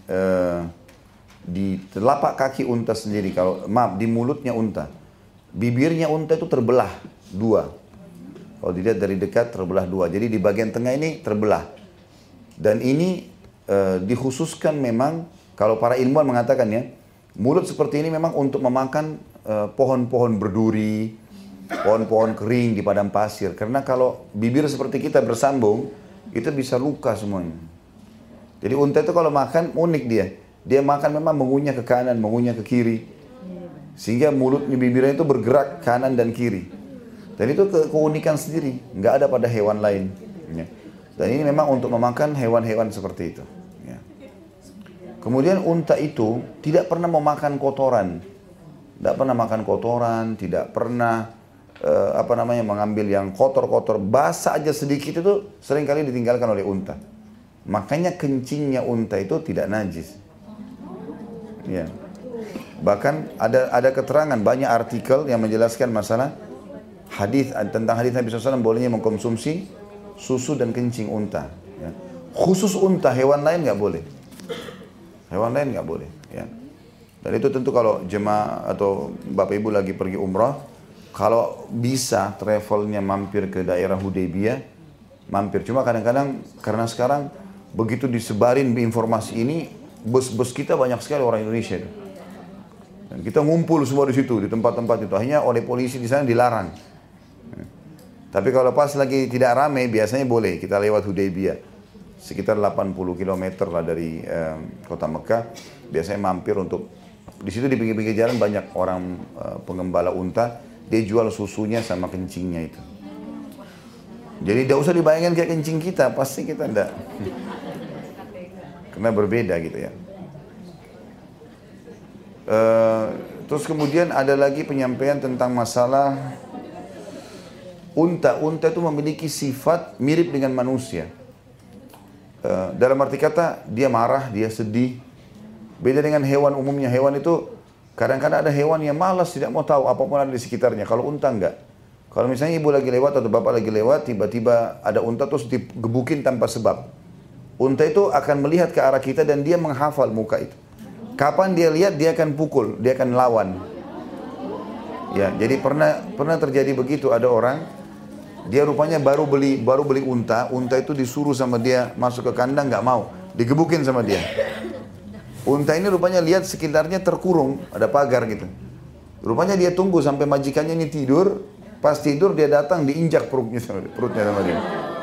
telapak kaki unta sendiri. Di mulutnya unta. Bibirnya unta itu terbelah 2. Kalau dilihat dari dekat terbelah 2. Jadi di bagian tengah ini terbelah. Dan ini dikhususkan memang, kalau para ilmuwan mengatakan ya, mulut seperti ini memang untuk memakan pohon-pohon berduri, pohon-pohon kering di padang pasir. Karena kalau bibir seperti kita bersambung, itu bisa luka semuanya. Jadi unta itu kalau makan unik dia. Dia makan memang mengunyah ke kanan, mengunyah ke kiri. Sehingga mulutnya, bibirnya itu bergerak kanan dan kiri. Dan itu keunikan sendiri, nggak ada pada hewan lain. Ya. Dan ini memang untuk memakan hewan-hewan seperti itu. Ya. Kemudian unta itu tidak pernah memakan kotoran. Tidak pernah makan kotoran, tidak pernah mengambil yang kotor-kotor. Basah aja sedikit itu seringkali ditinggalkan oleh unta. Makanya kencingnya unta itu tidak najis. Ya. Bahkan ada keterangan, banyak artikel yang menjelaskan masalah tentang hadis Nabi SAW bolehnya mengkonsumsi susu dan kencing unta. Ya. Khusus unta, hewan lain nggak boleh. Hewan lain nggak boleh. Ya. Dan itu tentu kalau jemaah atau bapak ibu lagi pergi umrah, kalau bisa travelnya mampir ke daerah Hudaybiyah, mampir. Cuma kadang-kadang karena sekarang begitu disebarin informasi ini, bus-bus kita banyak sekali orang Indonesia itu. Dan kita ngumpul semua di situ, di tempat-tempat itu. Akhirnya oleh polisi di sana dilarang. Tapi kalau pas lagi tidak ramai, biasanya boleh. Kita lewat Hudaybiyah. Sekitar 80 km lah dari kota Mekah. Biasanya mampir untuk... Di situ di pinggir-pinggir jalan banyak orang pengembala unta. Dia jual susunya sama kencingnya itu. Jadi tidak usah dibayangkan kayak kencing kita. Pasti kita tidak. Karena berbeda gitu ya. Terus kemudian ada lagi penyampaian tentang masalah unta. Unta itu memiliki sifat mirip dengan manusia. Dalam arti kata, dia marah, dia sedih. Beda dengan hewan umumnya. Hewan itu, kadang-kadang ada hewan yang malas, tidak mau tahu apapun ada di sekitarnya. Kalau unta enggak. Kalau misalnya ibu lagi lewat atau bapak lagi lewat, tiba-tiba ada unta terus digebukin tanpa sebab. Unta itu akan melihat ke arah kita dan dia menghafal muka itu. Kapan dia lihat, dia akan pukul, dia akan lawan. Ya, jadi pernah terjadi begitu, ada orang, dia rupanya baru beli unta itu disuruh sama dia masuk ke kandang, nggak mau, digebukin sama dia. Unta ini rupanya lihat sekitarnya terkurung, ada pagar gitu. Rupanya dia tunggu sampai majikannya ini tidur, pas tidur dia datang diinjak perutnya sama dia.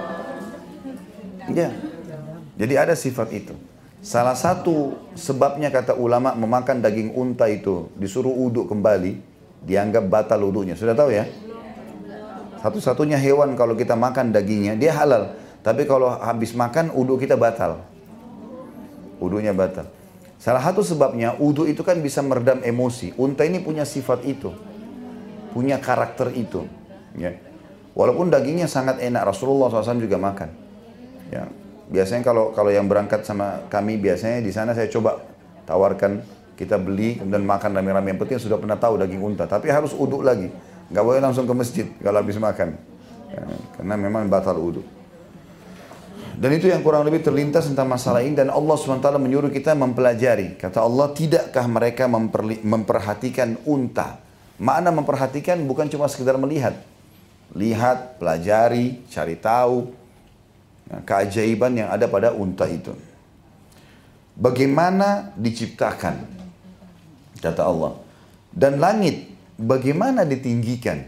Ya, jadi ada sifat itu. Salah satu sebabnya kata ulama memakan daging unta itu disuruh uduk kembali, dianggap batal wudunya. Sudah tahu ya? Satu-satunya hewan kalau kita makan dagingnya, dia halal. Tapi kalau habis makan, uduk kita batal. Uduknya batal. Salah satu sebabnya, uduk itu kan bisa meredam emosi. Unta ini punya sifat itu. punya karakter itu. Ya. Walaupun dagingnya sangat enak, Rasulullah SAW juga makan. Ya. Biasanya kalau yang berangkat sama kami, biasanya di sana saya coba tawarkan, kita beli kemudian makan rame-rame. Yang penting sudah pernah tahu daging unta, tapi harus uduk lagi. Nggak boleh langsung ke masjid kalau habis makan. Ya, karena memang batal uduk. Dan itu yang kurang lebih terlintas tentang masalah ini, dan Allah SWT menyuruh kita mempelajari. Kata Allah, tidakkah mereka memperhatikan unta? Makna memperhatikan bukan cuma sekedar melihat. Lihat, pelajari, cari tahu keajaiban yang ada pada unta itu. Bagaimana diciptakan? Kata Allah. Dan langit, bagaimana ditinggikan?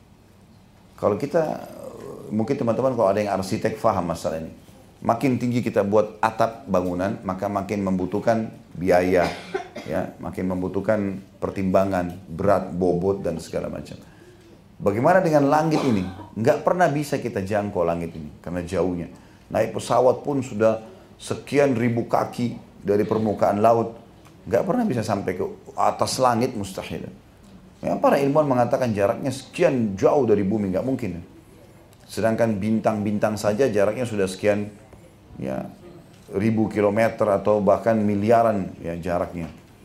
Kalau kita, mungkin teman-teman kalau ada yang arsitek faham masalah ini. Makin tinggi kita buat atap bangunan, maka makin membutuhkan biaya, ya, makin membutuhkan pertimbangan, berat, bobot, dan segala macam. Bagaimana dengan langit ini? Nggak pernah bisa kita jangkau langit ini, karena jauhnya. Naik pesawat pun sudah sekian ribu kaki dari permukaan laut, nggak pernah bisa sampai ke atas langit, mustahil. Yang para ilmuwan mengatakan jaraknya sekian jauh dari bumi, nggak mungkin. Sedangkan bintang-bintang saja jaraknya sudah sekian, ya, ribu kilometer atau bahkan miliaran ya jaraknya.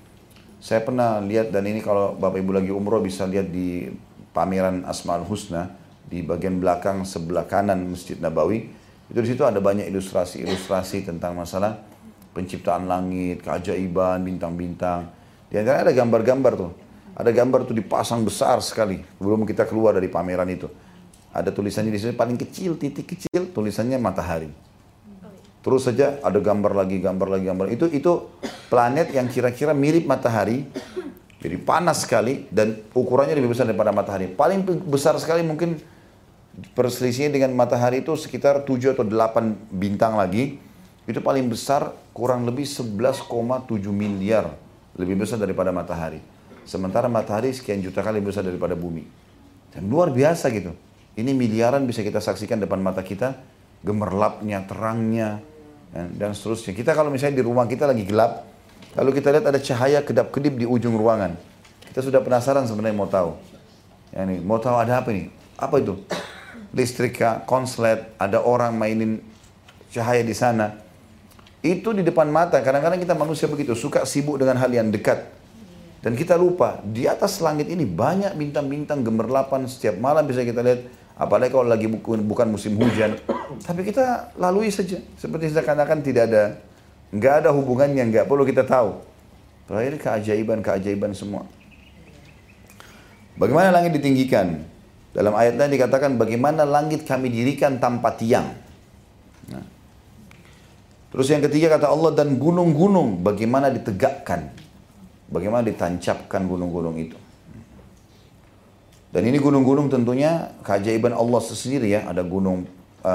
Saya pernah lihat, dan ini kalau Bapak Ibu lagi umroh bisa lihat di pameran Asmaul Husna di bagian belakang sebelah kanan Masjid Nabawi. Itu di situ ada banyak ilustrasi-ilustrasi tentang masalah penciptaan langit, keajaiban, bintang-bintang. Di antara ada gambar-gambar tuh. Ada gambar tuh dipasang besar sekali sebelum kita keluar dari pameran itu. Ada tulisannya di sini paling kecil, titik kecil, tulisannya matahari. Terus saja ada gambar lagi, gambar lagi, gambar. Itu planet yang kira-kira mirip matahari. Jadi panas sekali dan ukurannya lebih besar daripada matahari. Paling besar sekali mungkin perselisihannya dengan matahari itu sekitar 7 atau 8 bintang lagi. Itu paling besar kurang lebih 11,7 miliar. Lebih besar daripada matahari. Sementara matahari sekian juta kali lebih besar daripada bumi. Dan luar biasa gitu. Ini miliaran bisa kita saksikan depan mata kita. Gemerlapnya, terangnya, dan seterusnya. Kita kalau misalnya di rumah kita lagi gelap, lalu kita lihat ada cahaya kedap-kedip di ujung ruangan. Kita sudah penasaran sebenarnya mau tahu. Ya, nih, mau tahu ada apa nih? Apa itu? Listrik kah? Konslet? Ada orang mainin cahaya di sana. Itu di depan mata. Kadang-kadang kita manusia begitu, suka sibuk dengan hal yang dekat. Dan kita lupa, di atas langit ini banyak bintang-bintang gemerlapan. Setiap malam bisa kita lihat. Apalagi kalau lagi bukan musim hujan. Tapi kita lalui saja. Seperti seakan-akan nggak ada hubungannya, nggak perlu kita tahu. Terakhir keajaiban semua. Bagaimana langit ditinggikan? Dalam ayat lain dikatakan bagaimana langit kami dirikan tanpa tiang. Nah. Terus yang ketiga kata Allah, dan gunung-gunung bagaimana ditegakkan. Bagaimana ditancapkan gunung-gunung itu. Dan ini gunung-gunung tentunya keajaiban Allah sendiri ya. Ada gunung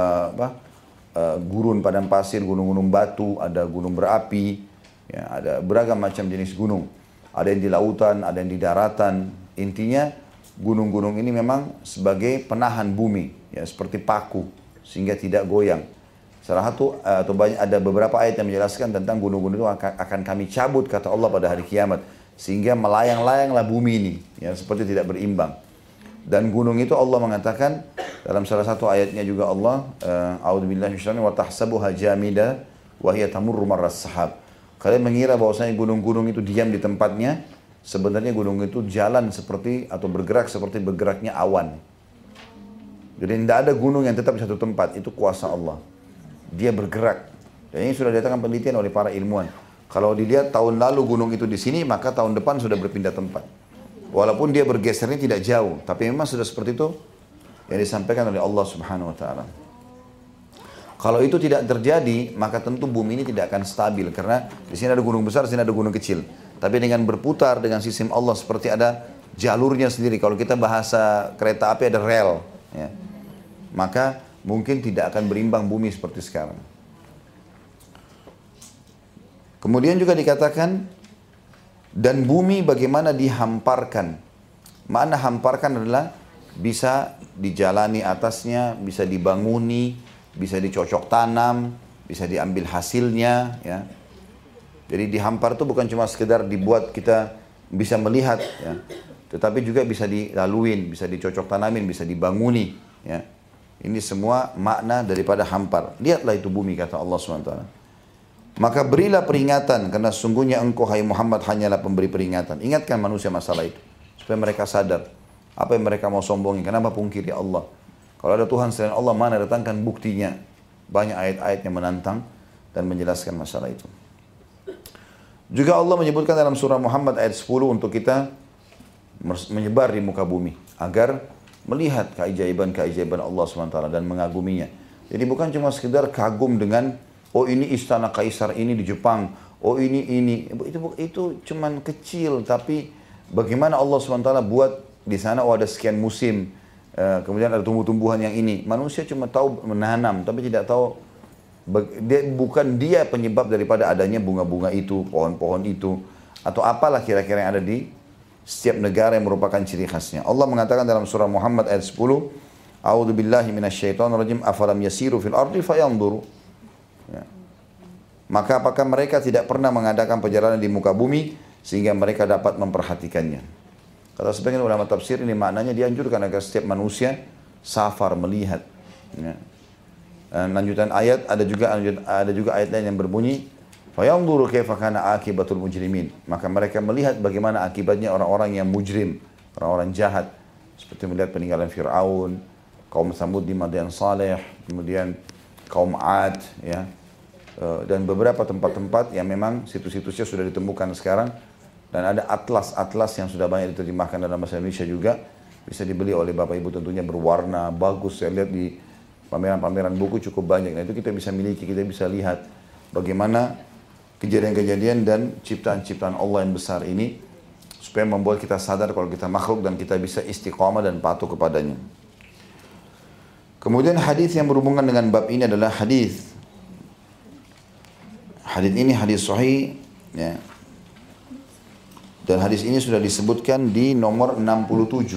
gurun padang pasir, gunung-gunung batu, ada gunung berapi, ya, ada beragam macam jenis gunung. Ada yang di lautan, ada yang di daratan. Intinya gunung-gunung ini memang sebagai penahan bumi, ya, seperti paku sehingga tidak goyang. Salah satu atau banyak ada beberapa ayat yang menjelaskan tentang gunung-gunung itu akan kami cabut kata Allah pada hari kiamat sehingga melayang-layanglah bumi ini, ya, seperti tidak berimbang. Dan gunung itu Allah mengatakan dalam salah satu ayatnya juga Allah, a'udzubillahi minasyaitonir wa tahsabuha jamida wa hiya tamurru marras sahab. Kalian mengira bahwasanya gunung-gunung itu diam di tempatnya, sebenarnya gunung itu jalan seperti atau bergerak seperti bergeraknya awan. Jadi tidak ada gunung yang tetap di satu tempat, itu kuasa Allah. Dia bergerak. Dan ini sudah didatangkan penelitian oleh para ilmuwan. Kalau dilihat tahun lalu gunung itu di sini, maka tahun depan sudah berpindah tempat. Walaupun dia bergesernya tidak jauh, tapi memang sudah seperti itu yang disampaikan oleh Allah Subhanahu wa taala. Kalau itu tidak terjadi, maka tentu bumi ini tidak akan stabil karena di sini ada gunung besar, di sini ada gunung kecil. Tapi dengan berputar dengan sistem Allah seperti ada jalurnya sendiri. Kalau kita bahasa kereta api ada rel, ya. Maka mungkin tidak akan berimbang bumi seperti sekarang. Kemudian juga dikatakan dan bumi bagaimana dihamparkan. Makna hamparkan adalah bisa dijalani atasnya, bisa dibanguni, bisa dicocok tanam, bisa diambil hasilnya, ya. Jadi dihampar itu bukan cuma sekedar dibuat kita bisa melihat, ya. tetapi juga bisa dilaluin, bisa dicocok tanamin, bisa dibanguni. Ya. Ini semua makna daripada hampar. Lihatlah itu bumi, kata Allah SWT. Maka berilah peringatan, karena sungguhnya engkau hai Muhammad hanyalah pemberi peringatan. Ingatkan manusia masalah itu, supaya mereka sadar. Apa yang mereka mau sombongin, kenapa pungkiri Allah? Kalau ada Tuhan selain Allah, mana datangkan buktinya? Banyak ayat-ayat yang menantang dan menjelaskan masalah itu. Juga Allah menyebutkan dalam surah Muhammad ayat 10 untuk kita menyebar di muka bumi agar melihat keajaiban-keajaiban Allah SWT dan mengaguminya. Jadi bukan cuma sekedar kagum dengan oh ini istana kaisar ini di Jepang, oh ini itu cuman kecil, tapi bagaimana Allah SWT buat di sana, oh ada sekian musim, kemudian ada tumbuh-tumbuhan yang ini. Manusia cuma tahu menanam tapi tidak tahu bukan dia penyebab daripada adanya bunga-bunga itu, pohon-pohon itu, atau apalah kira-kira yang ada di setiap negara yang merupakan ciri khasnya. Allah mengatakan dalam surah Muhammad ayat 10, A'udzu billahi minasyaitonir rajim, afalam yasiru fil ardi fayanzuru. Ya. Maka apakah mereka tidak pernah mengadakan perjalanan di muka bumi sehingga mereka dapat memperhatikannya? Kata sebagian ulama tafsir, ini maknanya dianjurkan agar setiap manusia safar melihat. Ya. Lanjutan ayat ada juga ayat lain yang berbunyi fayanzuru kaifa kana akibatul mujrimin. Maka mereka melihat bagaimana akibatnya orang-orang yang mujrim, orang-orang jahat, seperti melihat peninggalan Fir'aun, kaum Tsamud di Madian Saleh, kemudian kaum Ad, ya, dan beberapa tempat-tempat yang memang situs-situsnya sudah ditemukan sekarang, dan ada atlas-atlas yang sudah banyak diterjemahkan dalam bahasa Indonesia juga, bisa dibeli oleh Bapak Ibu, tentunya berwarna bagus. Saya lihat di pameran-pameran buku cukup banyak. Nah itu kita bisa miliki, kita bisa lihat bagaimana kejadian-kejadian dan ciptaan-ciptaan Allah yang besar ini, supaya membuat kita sadar kalau kita makhluk dan kita bisa istiqamah dan patuh kepadanya. Kemudian hadis yang berhubungan dengan bab ini adalah hadis ini hadis sahih, ya. Dan hadis ini sudah disebutkan di nomor 67.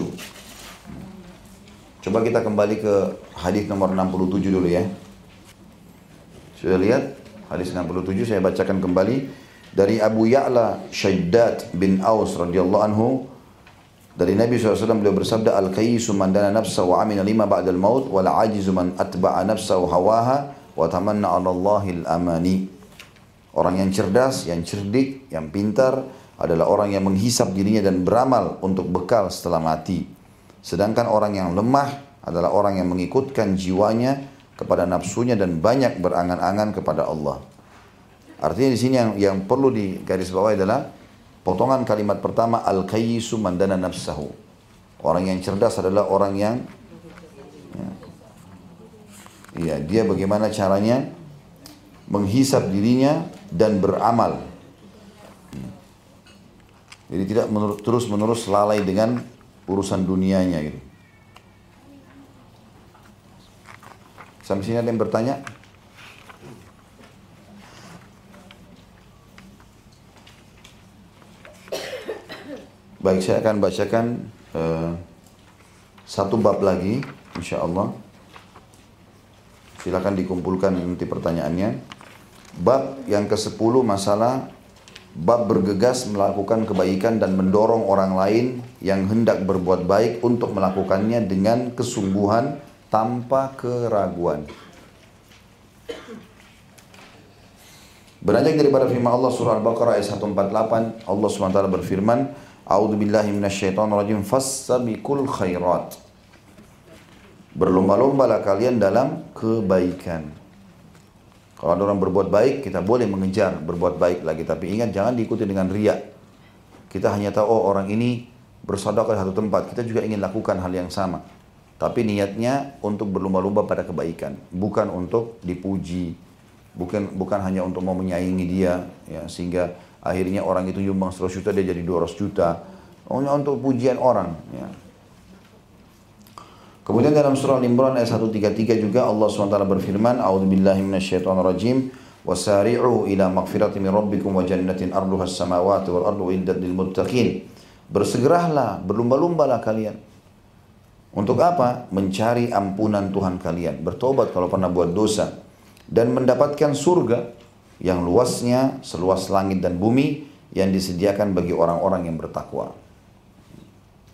Coba kita kembali ke hadis nomor 67 dulu ya. Sudah lihat? Hadis 67 saya bacakan kembali dari Abu Ya'la Shaddad bin Aus radhiyallahu anhu, dari Nabi SAW beliau bersabda, al-qayyisu man dana nafsahu wa amina lima ba'dal maut wal ajizu man atba'a nafsahu hawaha wa tamanna 'ala Allahil amani. Orang yang cerdas, yang cerdik, yang pintar adalah orang yang menghisap dirinya dan beramal untuk bekal setelah mati. Sedangkan orang yang lemah adalah orang yang mengikutkan jiwanya kepada nafsunya dan banyak berangan-angan kepada Allah. Artinya di sini yang perlu digarisbawahi adalah potongan kalimat pertama, al-qayyisu man dana nafsahu. Orang yang cerdas adalah orang yang dia bagaimana caranya menghisap dirinya dan beramal. Jadi tidak terus-menerus lalai dengan urusan dunianya gitu. Sampai sini ada yang bertanya? Baik, saya akan bacakan satu bab lagi, insya Allah. Silakan dikumpulkan nanti pertanyaannya. Bab yang ke-10 masalah bab bergegas melakukan kebaikan dan mendorong orang lain yang hendak berbuat baik untuk melakukannya dengan kesungguhan tanpa keraguan. Beranjak daripada firman Allah surah Al-Baqarah ayat 148, Allah SWT berfirman, A'udzu billahi minasyaitonir rajim, fassabiqul khairat. Berlomba-lombalah kalian dalam kebaikan. Kalau ada orang berbuat baik, kita boleh mengejar berbuat baik lagi, tapi ingat jangan diikuti dengan riya. Kita hanya tahu orang ini bersedekah di satu tempat, kita juga ingin lakukan hal yang sama. Tapi niatnya untuk berlomba-lomba pada kebaikan, bukan untuk dipuji, bukan hanya untuk mau menyaingi dia, ya, sehingga akhirnya orang itu nyumbang 100 juta dia jadi 200 juta, hanya untuk pujian orang. Ya. Kemudian dalam surah Al-Imran ayat 133 juga Allah SWT berfirman, A'udzubillahi minasyaitonirrajim, wasari'u ila magfirati min rabbikum wa jannatin arduha as-samawati wal ardu iddat lil muttaqin. Bersegeralah, berlomba-lombalah kalian. Untuk apa? Mencari ampunan Tuhan kalian, bertobat kalau pernah buat dosa, dan mendapatkan surga yang luasnya seluas langit dan bumi yang disediakan bagi orang-orang yang bertakwa.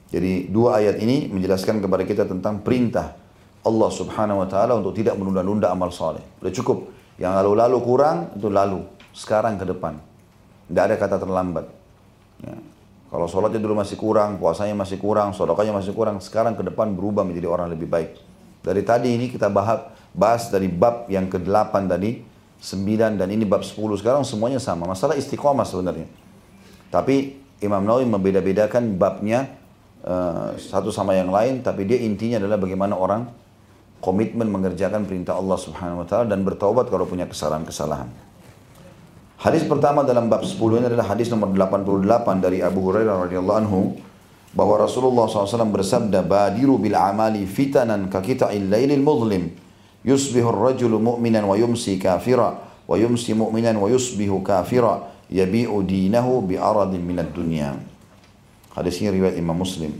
Jadi dua ayat ini menjelaskan kepada kita tentang perintah Allah Subhanahu wa taala untuk tidak menunda-nunda amal soleh. Udah cukup. Yang lalu-lalu kurang itu lalu, sekarang ke depan. Tidak ada kata terlambat. Ya. Kalau sholatnya dulu masih kurang, puasanya masih kurang, sedekahnya masih kurang, sekarang ke depan berubah menjadi orang lebih baik. Dari tadi ini kita bahas dari bab yang ke-8 tadi, 9 dan ini bab 10 sekarang semuanya sama. Masalah istiqomah sebenarnya. Tapi Imam Nawawi membeda-bedakan babnya satu sama yang lain, tapi dia intinya adalah bagaimana orang komitmen mengerjakan perintah Allah Subhanahu wa taala dan bertaubat kalau punya kesalahan-kesalahan. Hadis pertama dalam bab 10 ini adalah hadis nomor 88 dari Abu Hurairah radhiyallahu anhu bahwa Rasulullah SAW bersabda, "Badiru bil amali fitanan ka qita'il lailil muzlim, yusbihu ar-rajulu mu'minan wa yumsi kafira, wa yumsi mu'minan wa yusbihu kafira, yabi'u dinahu bi aradin minad dunya." Hadis ini riwayat Imam Muslim.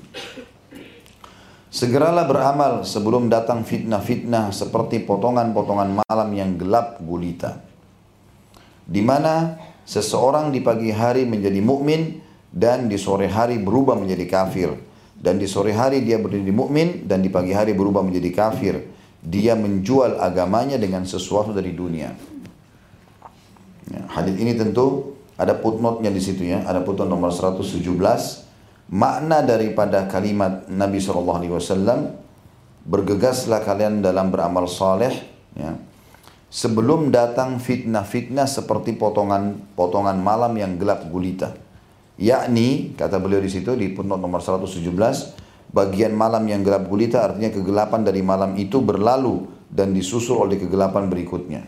Segeralah beramal sebelum datang fitnah-fitnah seperti potongan-potongan malam yang gelap gulita, di mana seseorang di pagi hari menjadi mukmin dan di sore hari berubah menjadi kafir, dan di sore hari dia menjadi mukmin dan di pagi hari berubah menjadi kafir. Dia menjual agamanya dengan sesuatu dari dunia. Ya, hadis ini tentu ada footnote-nya di situ ya, ada footnote nomor 117. Makna daripada kalimat Nabi SAW, bergegaslah kalian dalam beramal saleh, ya, sebelum datang fitnah-fitnah seperti potongan malam yang gelap gulita. Yakni, kata beliau di situ di footnote nomor 117, bagian malam yang gelap gulita artinya kegelapan dari malam itu berlalu dan disusul oleh kegelapan berikutnya.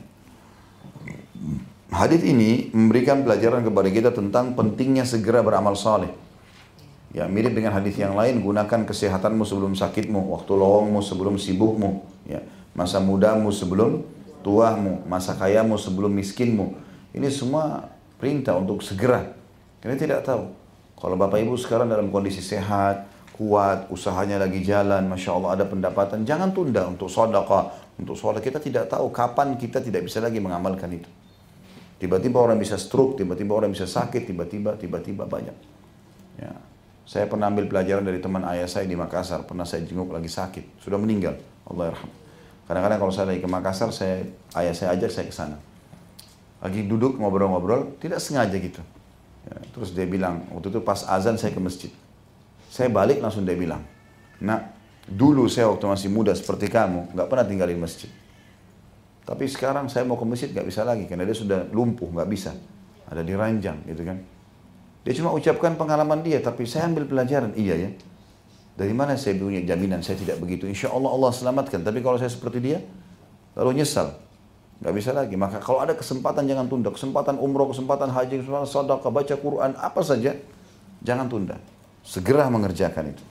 Hadis ini memberikan pelajaran kepada kita tentang pentingnya segera beramal saleh. Ya, mirip dengan hadis yang lain, gunakan kesehatanmu sebelum sakitmu, waktu lowongmu sebelum sibukmu, ya, masa mudamu sebelum tuamu, masa kayamu sebelum miskinmu. Ini semua perintah untuk segera. Kita tidak tahu. Kalau Bapak Ibu sekarang dalam kondisi sehat, kuat, usahanya lagi jalan, Masya Allah ada pendapatan, jangan tunda untuk sedekah, untuk sholat. Kita tidak tahu kapan kita tidak bisa lagi mengamalkan itu. Tiba-tiba orang bisa stroke, tiba-tiba orang bisa sakit, tiba-tiba banyak. Ya. Saya pernah ambil pelajaran dari teman ayah saya di Makassar, pernah saya jenguk lagi sakit, sudah meninggal, Allah yarham. Kadang-kadang kalau saya lagi ke Makassar, ayah saya ajak saya ke sana. Lagi duduk ngobrol-ngobrol, tidak sengaja gitu. Ya, terus dia bilang, waktu itu pas azan saya ke masjid. Saya balik langsung dia bilang, "Nak, dulu saya waktu masih muda seperti kamu, nggak pernah tinggalin masjid. Tapi sekarang saya mau ke masjid nggak bisa lagi, karena dia sudah lumpuh, nggak bisa. Ada di ranjang gitu kan." Dia cuma ucapkan pengalaman dia, tapi saya ambil pelajaran. Iya ya, dari mana saya punya jaminan saya tidak begitu? Insya Allah Allah selamatkan. Tapi kalau saya seperti dia, lalu nyesal, nggak bisa lagi. Maka kalau ada kesempatan jangan tunda. Kesempatan umroh, kesempatan haji, kesempatan sedekah, baca Quran, apa saja, jangan tunda. Segera mengerjakan itu.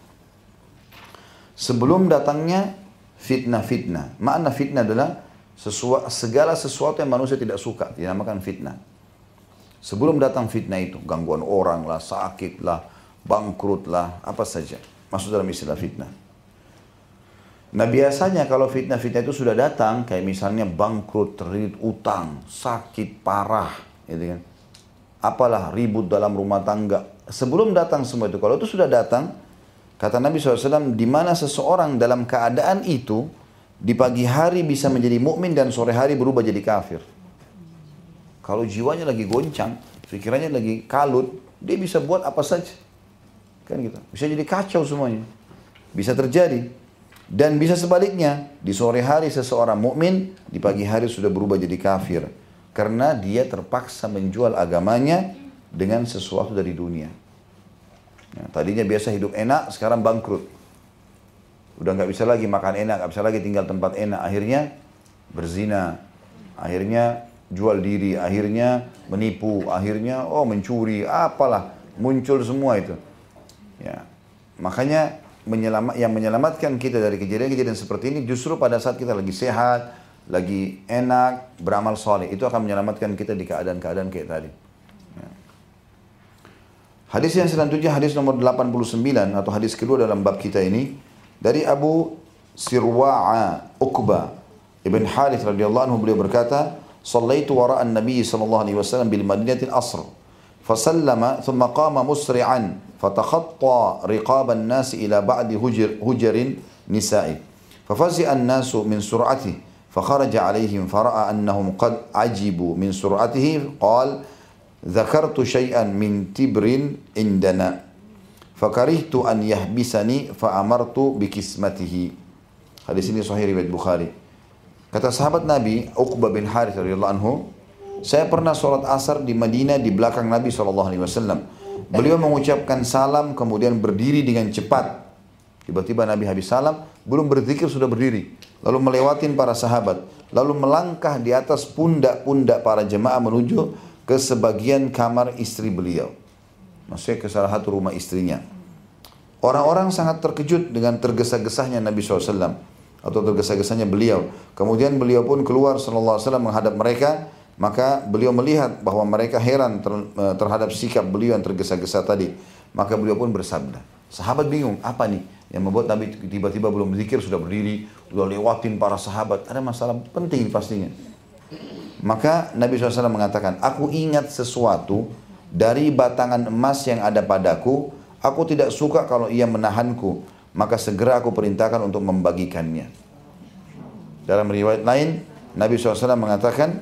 Sebelum datangnya fitnah-fitnah. Makna fitnah adalah segala sesuatu yang manusia tidak suka, dinamakan fitnah. Sebelum datang fitnah itu, gangguan orang lah, sakit lah, bangkrut lah, apa saja. Masuk dalam istilah fitnah. Nah biasanya kalau fitnah-fitnah itu sudah datang, kayak misalnya bangkrut, terlilit utang, sakit parah, gitu kan. Apalah ribut dalam rumah tangga. Sebelum datang semua itu, kalau itu sudah datang, kata Nabi SAW, di mana seseorang dalam keadaan itu, di pagi hari bisa menjadi mukmin dan sore hari berubah jadi kafir. Kalau jiwanya lagi goncang, pikirannya lagi kalut, dia bisa buat apa saja. Kan gitu. Bisa jadi kacau semuanya. Bisa terjadi. Dan bisa sebaliknya, di sore hari seseorang mukmin, di pagi hari sudah berubah jadi kafir. Karena dia terpaksa menjual agamanya dengan sesuatu dari dunia. Ya, tadinya biasa hidup enak, sekarang bangkrut. Udah nggak bisa lagi makan enak, nggak bisa lagi tinggal tempat enak. Akhirnya berzina. Akhirnya jual diri, akhirnya menipu, akhirnya mencuri, apalah, muncul semua itu. Ya, makanya yang menyelamatkan kita dari kejadian-kejadian seperti ini justru pada saat kita lagi sehat, lagi enak, beramal soleh, itu akan menyelamatkan kita di keadaan-keadaan kayak tadi. Ya. Hadis yang selanjutnya hadis nomor 89 atau hadis kedua dalam bab kita ini dari Abu Sirwa'a Uqbah Ibn Harith radhiyallahu anhu, beliau berkata, "Shallaitu wara'an Nabi sallallahu alaihi wasallam bil Madinatil Asr, fasallama thumma qama musri'an fatakhatta riqaban nasi ila ba'di hujarin nisa'i fafazi'a an-nasu min sur'atihi fakharaja 'alaihim fara'a annahum qad ajibu min sur'atihi qala dhakartu shay'an min tibrin indana fakarihtu an yahbisani fa amartu bikismatihi. Hadis ini sahih riwayat Bukhari. Kata sahabat Nabi Uqbah bin Harith radhiyallahu anhu, saya pernah sholat asar di Madinah di belakang Nabi SAW. Beliau mengucapkan salam kemudian berdiri dengan cepat. Tiba-tiba Nabi habis salam, belum berzikir sudah berdiri. Lalu melewatin para sahabat. Lalu melangkah di atas pundak-pundak para jemaah menuju ke sebagian kamar istri beliau. Maksudnya ke salah satu rumah istrinya. Orang-orang sangat terkejut dengan tergesa-gesahnya Nabi SAW. Atau tergesa-gesahnya beliau. Kemudian beliau pun keluar SAW menghadap mereka. Maka beliau melihat bahwa mereka heran terhadap sikap beliau yang tergesa-gesa tadi. Maka beliau pun bersabda. Sahabat bingung, apa nih yang membuat Nabi tiba-tiba belum berzikir sudah berdiri, sudah lewatin para sahabat. Ada masalah penting pastinya. Maka Nabi SAW mengatakan, aku ingat sesuatu dari batangan emas yang ada padaku. Aku tidak suka kalau ia menahanku. Maka segera aku perintahkan untuk membagikannya. Dalam riwayat lain, Nabi SAW mengatakan,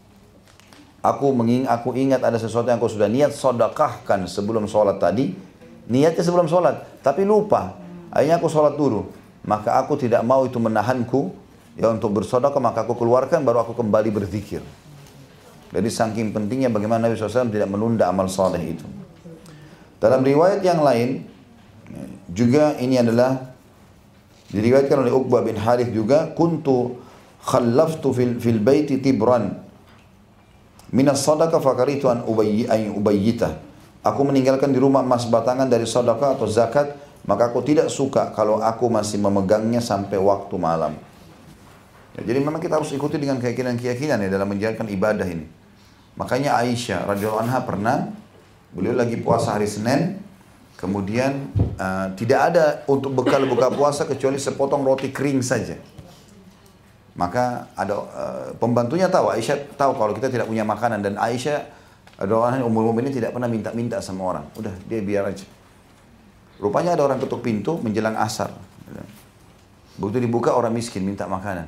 aku ingat ada sesuatu yang aku sudah niat sedekahkan sebelum sholat tadi. Niatnya sebelum sholat, tapi lupa. Akhirnya aku sholat dulu. Maka aku tidak mau itu menahanku ya untuk bersedekah, maka aku keluarkan baru aku kembali berzikir. Jadi saking pentingnya bagaimana Nabi SAW tidak menunda amal saleh itu. Dalam riwayat yang lain, juga ini adalah diriwayatkan oleh Uqbah bin Harith juga, kuntu khallaftu fil baiti tibran minas sadaqah fakaritu an ubayyitah. Aku meninggalkan di rumah emas batangan dari sedekah atau zakat, maka aku tidak suka kalau aku masih memegangnya sampai waktu malam. Ya, jadi memang kita harus ikuti dengan keyakinan-keyakinan ya dalam menjalankan ibadah ini. Makanya Aisyah radhiyallahu anha pernah, beliau lagi puasa hari Senin, kemudian tidak ada untuk bekal buka puasa kecuali sepotong roti kering saja. Maka ada pembantunya tahu, Aisyah tahu kalau kita tidak punya makanan, dan Aisyah radhiyallahu anha Ummul Mukminin tidak pernah minta-minta sama orang. Udah, dia biar aja. Rupanya ada orang ketuk pintu menjelang asar. Begitu dibuka orang miskin minta makanan.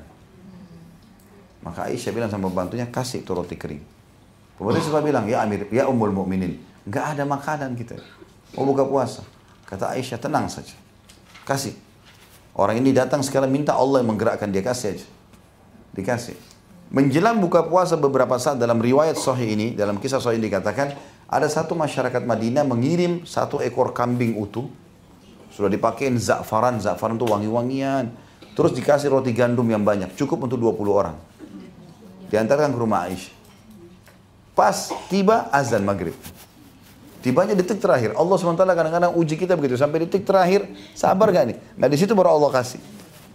Maka Aisyah bilang sama pembantunya, kasih itu roti kering. Pembantunya setelah bilang, ya Amir, ya Ummul Mukminin, enggak ada makanan kita. Mau buka puasa. Kata Aisyah, tenang saja. Kasih. Orang ini datang sekarang minta, Allah yang menggerakkan dia, kasih aja. Dikasih. Menjelang buka puasa beberapa saat, dalam riwayat sahih ini, dalam kisah sahih ini dikatakan, ada satu masyarakat Madinah mengirim satu ekor kambing utuh. Sudah dipakein za'faran itu wangi-wangian. Terus dikasih roti gandum yang banyak, cukup untuk 20 orang. Diantarkan ke rumah Aisyah. Pas tiba azan maghrib. Tibanya detik terakhir. Allah SWT kadang-kadang uji kita begitu. Sampai detik terakhir, sabar gak nih? Nah di situ baru Allah kasih.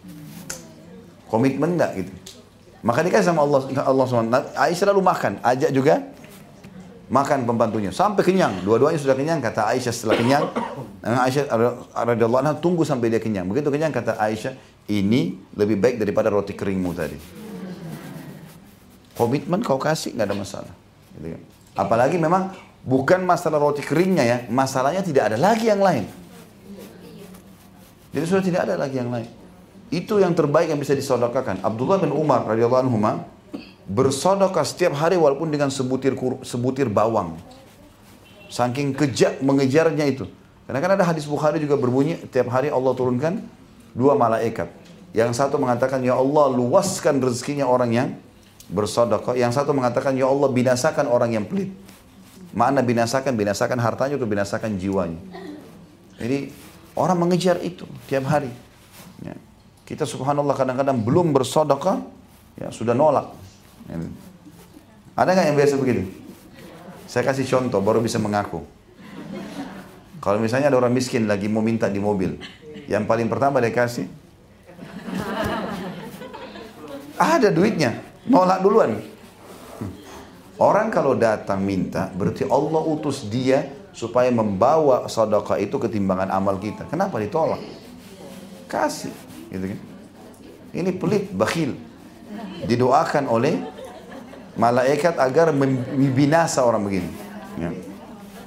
Komitmen gak gitu. Maka dikasih sama Allah SWT. Aisyah lalu makan. Ajak juga makan pembantunya. Sampai kenyang. Dua-duanya sudah kenyang. Kata Aisyah setelah kenyang. Aisyah radhiyallahu anha tunggu sampai dia kenyang. Begitu kenyang kata Aisyah, ini lebih baik daripada roti keringmu tadi. Komitmen kau kasih gak ada masalah. Gitu kan. Apalagi memang bukan masalah roti keringnya ya, masalahnya tidak ada lagi yang lain. Jadi sudah tidak ada lagi yang lain. Itu yang terbaik yang bisa disedekahkan. Abdullah bin Umar radhiyallahu anhu bersedekah setiap hari walaupun dengan sebutir bawang. Saking kejak mengejarnya itu. Karena kan ada hadis Bukhari juga berbunyi, setiap hari Allah turunkan 2 malaikat. Yang satu mengatakan, ya Allah luaskan rezekinya orang yang bersedekah. Yang satu mengatakan, ya Allah binasakan orang yang pelit. Makna binasakan hartanya atau binasakan jiwanya. Jadi orang mengejar itu tiap hari. Ya. Kita subhanallah kadang-kadang belum bersedekah, ya sudah nolak. Ya. Ada nggak yang biasa begitu? Saya kasih contoh baru bisa mengaku. Kalau misalnya ada orang miskin lagi mau minta di mobil, yang paling pertama dia kasih, ada duitnya, nolak duluan. Orang kalau datang minta, berarti Allah utus dia supaya membawa sedekah itu ketimbangan amal kita. Kenapa ditolak? Kasih, gitu kan? Ini pelit, bakhil. Didoakan oleh malaikat agar membinasa orang begini. Ya.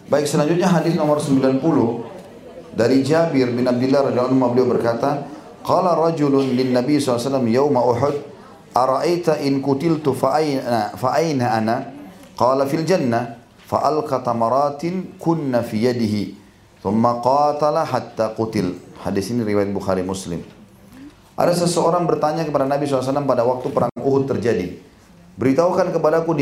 Baik, selanjutnya hadis nomor 90 dari Jabir bin Abdullah radhiyallahu anhu, beliau berkata, qala rajulun lin Nabi SAW yawma Uhud, ara'aita in kutiltu fa aina ana? Qala fil jannah, fa alqa tamaratin kunna fi yadihi thumma qatala hatta qutil. Hadis ini riwayat Bukhari Muslim. Ada seseorang bertanya kepada Nabi SAW pada waktu perang Uhud terjadi, beritahukan kepadaku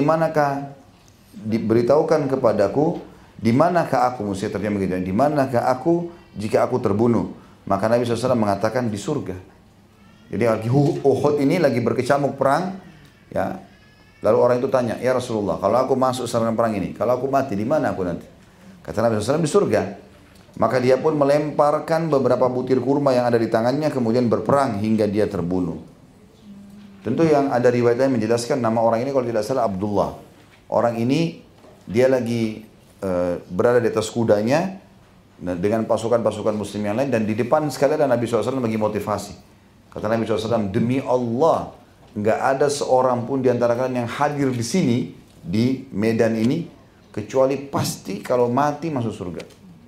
di manakah aku, mesti terjemah begitu, di manakah aku jika aku terbunuh? Maka Nabi SAW mengatakan di surga. Jadi lagi Uhud ini lagi berkecamuk perang, ya. Lalu orang itu tanya, ya Rasulullah, kalau aku masuk sarana perang ini, kalau aku mati, di mana aku nanti? Kata Nabi SAW, di surga. Maka dia pun melemparkan beberapa butir kurma yang ada di tangannya, kemudian berperang hingga dia terbunuh. Tentu yang ada riwayatnya menjelaskan nama orang ini kalau tidak salah Abdullah. Orang ini dia lagi berada di atas kudanya dengan pasukan-pasukan muslim yang lain, dan di depan sekali ada Nabi SAW bagi motivasi. Kata Nabi SAW, demi Allah, nggak ada seorang pun di antara kalian yang hadir di sini, di medan ini, kecuali pasti kalau mati masuk surga.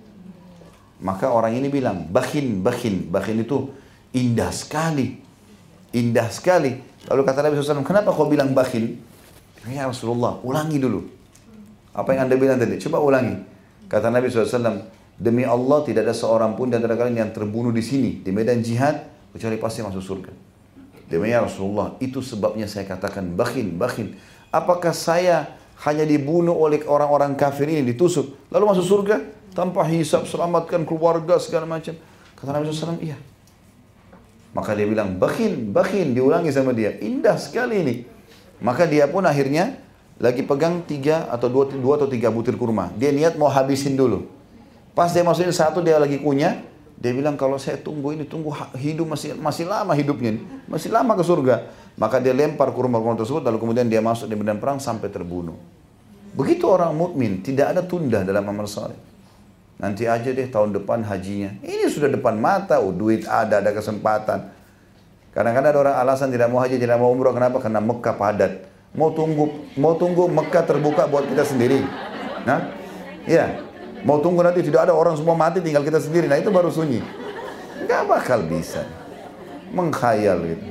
Maka orang ini bilang, bakhin itu indah sekali. Indah sekali. Lalu kata Nabi SAW, kenapa kau bilang bakhin? Ya Rasulullah, ulangi dulu. Apa yang anda bilang tadi? Coba ulangi. Kata Nabi SAW, demi Allah tidak ada seorang pun di antara kalian yang terbunuh di sini, di medan jihad, kecuali pasti masuk surga. Demi ya Rasulullah, itu sebabnya saya katakan bakhin. Apakah saya hanya dibunuh oleh orang-orang kafir ini, ditusuk, lalu masuk surga? Tanpa hisab, selamatkan keluarga, segala macam. Kata Nabi SAW, iya. Maka dia bilang, bakhin, diulangi sama dia. Indah sekali ini. Maka dia pun akhirnya lagi pegang 2 atau 3 butir kurma. Dia niat mau habisin dulu. Pas dia masukin satu, dia lagi kunyah. Dia bilang, kalau saya tunggu hidup masih lama hidupnya ini. Masih lama ke surga. Maka dia lempar kurma-kurma tersebut, lalu kemudian dia masuk di medan perang sampai terbunuh. Begitu orang mukmin, tidak ada tunda dalam amal saleh. Nanti aja deh tahun depan hajinya. Ini sudah depan mata, duit ada kesempatan. Kadang-kadang ada orang alasan tidak mau haji, tidak mau umrah. Kenapa? Karena Mekah padat. Mau tunggu Mekah terbuka buat kita sendiri. Nah, ya. Mau tunggu nanti tidak ada orang semua mati, tinggal kita sendiri. Nah itu baru sunyi. Nggak bakal bisa. Mengkhayal gitu.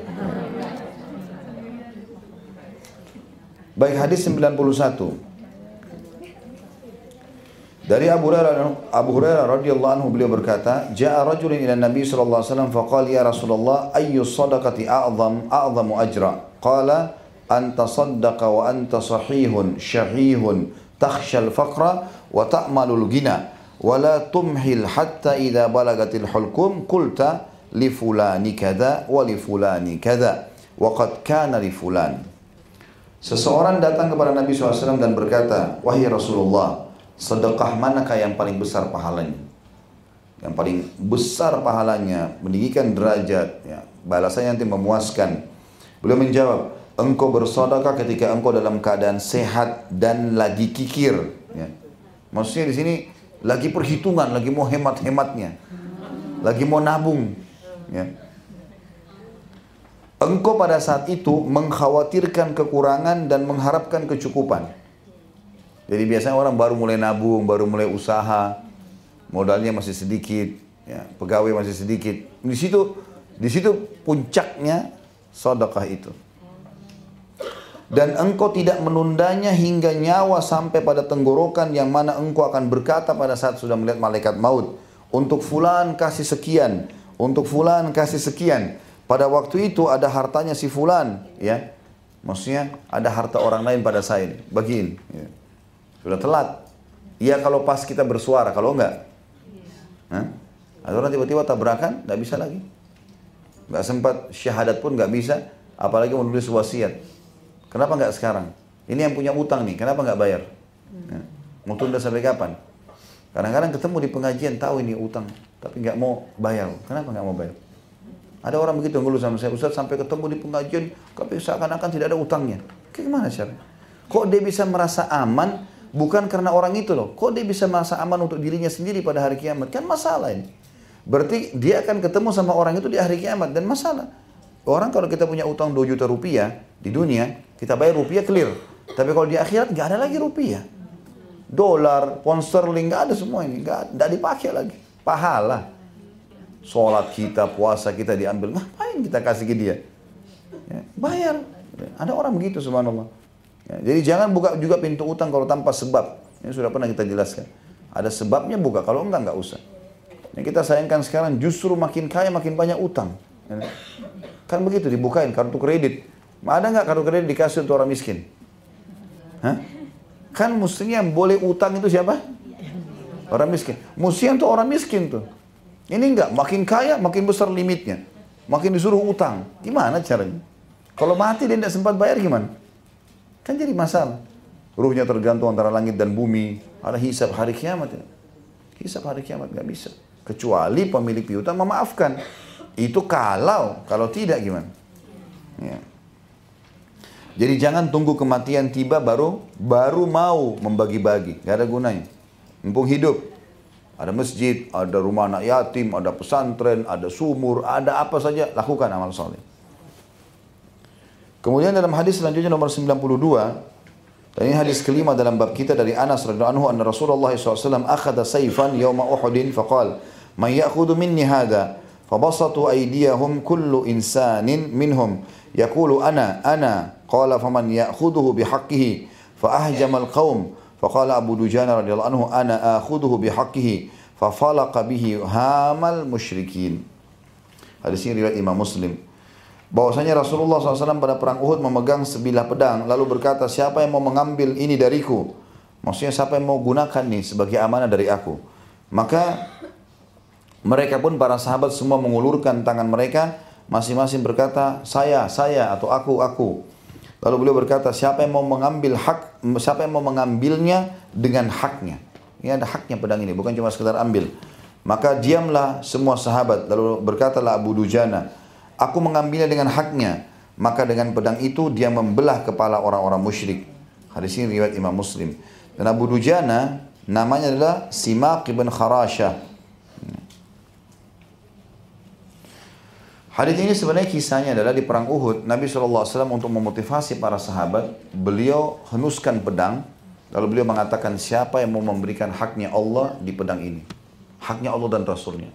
Baik, hadis 91. Dari Abu Hurairah radhiyallahu anhu, beliau berkata, "Ja'a rajulun ila Nabi sallallahu alaihi wasallam faqala ya Rasulullah ayyu shadaqati a'zamu ajra?" Qala anta saddaqa wa anta sahihun syahihun takhshal faqra wa ta'malul ghina wa la tumhil hatta idza balagatil hulqum qulta li fulani kadza wa li fulani kadza wa qad kana li fulan. Seseorang datang kepada Nabi SAW dan berkata, wahai Rasulullah, sedekah manakah yang paling besar pahalanya? Yang paling besar pahalanya, meninggikan derajat, ya, balasannya nanti memuaskan. Beliau menjawab, engkau bersedekah ketika engkau dalam keadaan sehat dan lagi kikir. Ya. Maksudnya di sini lagi perhitungan, lagi mau hemat-hematnya, lagi mau nabung. Ya. Engkau pada saat itu mengkhawatirkan kekurangan dan mengharapkan kecukupan. Jadi biasanya orang baru mulai nabung, baru mulai usaha, modalnya masih sedikit, ya, pegawai masih sedikit. Di situ puncaknya sedekah itu. Dan engkau tidak menundanya hingga nyawa sampai pada tenggorokan, yang mana engkau akan berkata pada saat sudah melihat malaikat maut, untuk fulan kasih sekian, untuk fulan kasih sekian. Pada waktu itu ada hartanya si fulan, ya. Maksudnya ada harta orang lain pada saya, bagiin. Ya. Sudah telat. Iya kalau pas kita bersuara, kalau enggak. Ada orang tiba-tiba tabrakan, enggak bisa lagi. Enggak sempat syahadat pun enggak bisa, apalagi menulis wasiat. Kenapa enggak sekarang? Ini yang punya utang nih, kenapa enggak bayar? Ya. Mau tunda sampai kapan? Kadang-kadang ketemu di pengajian, tahu ini utang, tapi enggak mau bayar. Kenapa enggak mau bayar? Ada orang begitu ngeluh sama saya, Ustaz, sampai ketemu di pengajian, tapi seakan-akan tidak ada utangnya. Gimana caranya? Kok dia bisa merasa aman? Bukan karena orang itu loh. Kok dia bisa merasa aman untuk dirinya sendiri pada hari kiamat? Kan masalah ini. Berarti dia akan ketemu sama orang itu di hari kiamat, dan masalah. Orang kalau kita punya utang 2 juta rupiah di dunia, kita bayar rupiah clear. Tapi kalau di akhirat nggak ada lagi rupiah. dolar, pound sterling, nggak ada semua ini, nggak dipakai lagi. Pahala. Sholat kita, puasa kita diambil, ngapain kita kasih ke dia? Ya, bayar. Ada orang begitu, subhanallah. Ya, jadi jangan buka juga pintu utang kalau tanpa sebab. Ini sudah pernah kita jelaskan. Ada sebabnya buka, kalau enggak usah. Yang kita sayangkan sekarang justru makin kaya makin banyak utang. Kan begitu dibukain kartu kredit. Ada nggak kartu kredit dikasih untuk orang miskin? Hah? Kan mestinya yang boleh utang itu siapa? Orang miskin. Mestinya untuk orang miskin tuh. Ini enggak, makin kaya makin besar limitnya. Makin disuruh utang. Gimana caranya? Kalau mati dia tidak sempat bayar gimana? Kan jadi masalah. Ruhnya tergantung antara langit dan bumi. Ada hisab hari kiamat. Ya. Hisab hari kiamat nggak bisa. Kecuali pemilik piutang memaafkan. Itu kalau tidak gimana? Ya. Jadi jangan tunggu kematian tiba baru mau membagi-bagi. Gak ada gunanya. Mumpung hidup. Ada masjid, ada rumah anak yatim, ada pesantren, ada sumur, ada apa saja. Lakukan amal soleh. Kemudian dalam hadis selanjutnya nomor 92. Dan ini hadis kelima dalam bab kita dari Anas radhiyallahu anhu anna Rasulullah SAW akhadha sayfan yawma Uhudin faqala man ya'khudhu minni hadha fabasatu aydiyahum kullu insanin minhum yaqulu ana qala faman ya'khudhuhu bihaqqihi fa ahjama al-qaum faqala Abu Dujana radhiyallahu anhu ana akhudhuhu bihaqqihi fa falaqa bihi hamal musyrikin. Hadis ini riwayat Imam Muslim. Bahwasanya Rasulullah SAW pada perang Uhud memegang sebilah pedang lalu berkata, siapa yang mau mengambil ini dariku? Maksudnya siapa yang mau gunakan nih sebagai amanah dari aku? Maka mereka pun para sahabat semua mengulurkan tangan mereka, masing-masing berkata saya atau aku. Lalu beliau berkata, siapa yang mau mengambilnya dengan haknya? Ini ada haknya pedang ini, bukan cuma sekedar ambil. Maka diamlah semua sahabat. Lalu berkatalah Abu Dujana, aku mengambilnya dengan haknya. Maka dengan pedang itu dia membelah kepala orang-orang musyrik. Hadis ini riwayat Imam Muslim. Dan Abu Dujana namanya adalah Simaq ibn Kharashah. Hadis ini sebenarnya kisahnya adalah di perang Uhud. Nabi SAW untuk memotivasi para sahabat, beliau henuskan pedang. Lalu beliau mengatakan, siapa yang mau memberikan haknya Allah di pedang ini? Haknya Allah dan Rasulnya.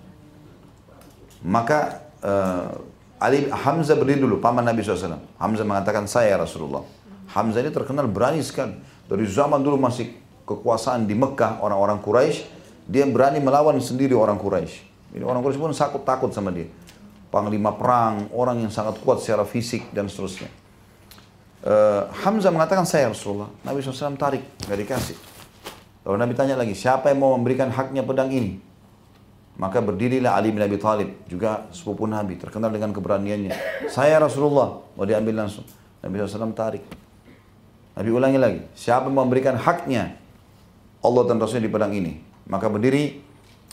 Maka Hamzah berdiri dulu, paman Nabi SAW. Hamzah mengatakan, saya Rasulullah. Hamzah ini terkenal berani sekali. Dari zaman dulu masih kekuasaan di Mekah, orang-orang Quraisy, dia berani melawan sendiri orang Quraisy. Jadi orang Quraisy pun takut sama dia. Panglima perang, orang yang sangat kuat secara fisik dan seterusnya. Hamzah mengatakan, saya Rasulullah. Nabi SAW tarik, nggak dikasih. Lalu Nabi tanya lagi, siapa yang mau memberikan haknya pedang ini? Maka berdirilah Ali bin Abi Thalib, juga sepupu Nabi, terkenal dengan keberaniannya. Saya Rasulullah, mau diambil langsung. Nabi SAW tarik. Nabi ulangi lagi, siapa yang mau memberikan haknya Allah dan Rasulnya di pedang ini? Maka berdiri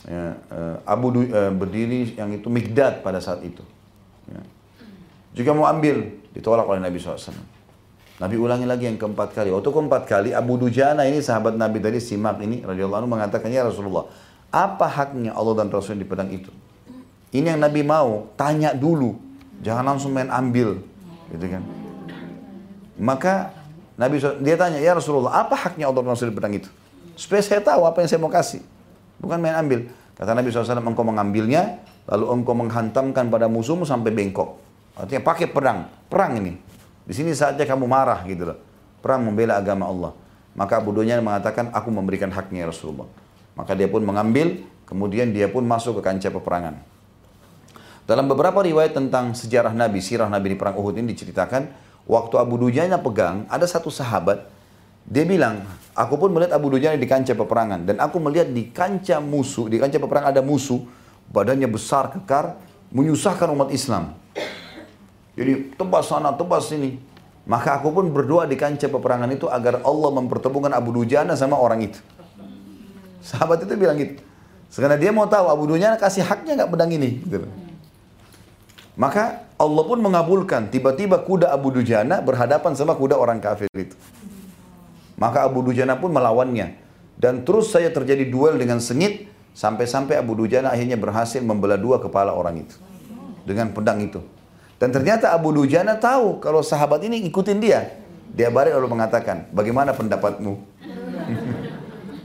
berdiri yang itu Mikdad pada saat itu. Ya. Juga mau ambil, ditolak oleh Nabi SAW. Nabi ulangi lagi yang keempat kali. Waktu keempat kali, Abu Dujana ini sahabat Nabi tadi, Simaq ini, radhiyallahu anhu mengatakan, ya Rasulullah, apa haknya Allah dan Rasul di pedang itu? Ini yang Nabi mau, tanya dulu. Jangan langsung main ambil. Gitu kan. Maka Nabi dia tanya, ya Rasulullah, apa haknya Allah dan Rasul di pedang itu? Supaya saya tahu apa yang saya mau kasih. Bukan main ambil. Kata Nabi SAW, engkau mengambilnya, lalu engkau menghantamkan pada musuhmu sampai bengkok. Artinya pakai pedang. Perang ini. Di sini saatnya kamu marah gitu loh. Perang membela agama Allah. Maka Abu Dujana mengatakan, aku memberikan haknya ya Rasulullah. Maka dia pun mengambil, kemudian dia pun masuk ke kancah peperangan. Dalam beberapa riwayat tentang sejarah Nabi, sirah Nabi di perang Uhud ini diceritakan, waktu Abu Dujana pegang, ada satu sahabat, dia bilang, aku pun melihat Abu Dujana di kancah peperangan. Dan aku melihat di kancah musuh, di kancah peperangan ada musuh, badannya besar, kekar, menyusahkan umat Islam. Jadi tebas sana, tebas sini. Maka aku pun berdoa di kancah peperangan itu agar Allah mempertemukan Abu Dujana sama orang itu. Sahabat itu bilang gitu. Karena dia mau tahu Abu Dujana kasih haknya nggak pedang ini. Gitu. Maka Allah pun mengabulkan. Tiba-tiba kuda Abu Dujana berhadapan sama kuda orang kafir itu. Maka Abu Dujana pun melawannya. Dan terus saja terjadi duel dengan sengit. Sampai-sampai Abu Dujana akhirnya berhasil membelah dua kepala orang itu. Dengan pedang itu. Dan ternyata Abu Dujana tahu kalau sahabat ini ikutin dia. Dia balik lalu mengatakan, bagaimana pendapatmu?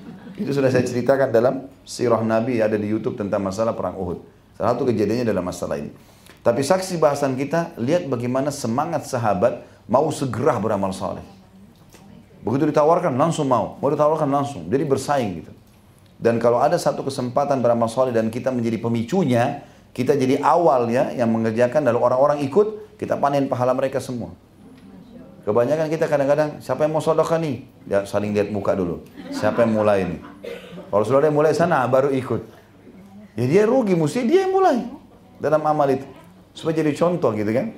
Itu sudah saya ceritakan dalam sirah Nabi, ada di YouTube tentang masalah perang Uhud. Salah satu kejadiannya dalam masalah ini. Tapi saksi bahasan kita, lihat bagaimana semangat sahabat mau segera beramal saleh. Begitu ditawarkan langsung mau ditawarkan langsung. Jadi bersaing gitu. Dan kalau ada satu kesempatan beramal saleh dan kita menjadi pemicunya, kita jadi awal ya yang mengerjakan, lalu orang-orang ikut, kita panen pahala mereka semua. Kebanyakan kita kadang-kadang, siapa yang mau sedekah nih? Ya, saling lihat muka dulu. Siapa yang mulai nih? Kalau sudah ada yang mulai sana, baru ikut. Ya dia rugi, mesti dia yang mulai dalam amal itu. Supaya jadi contoh gitu kan.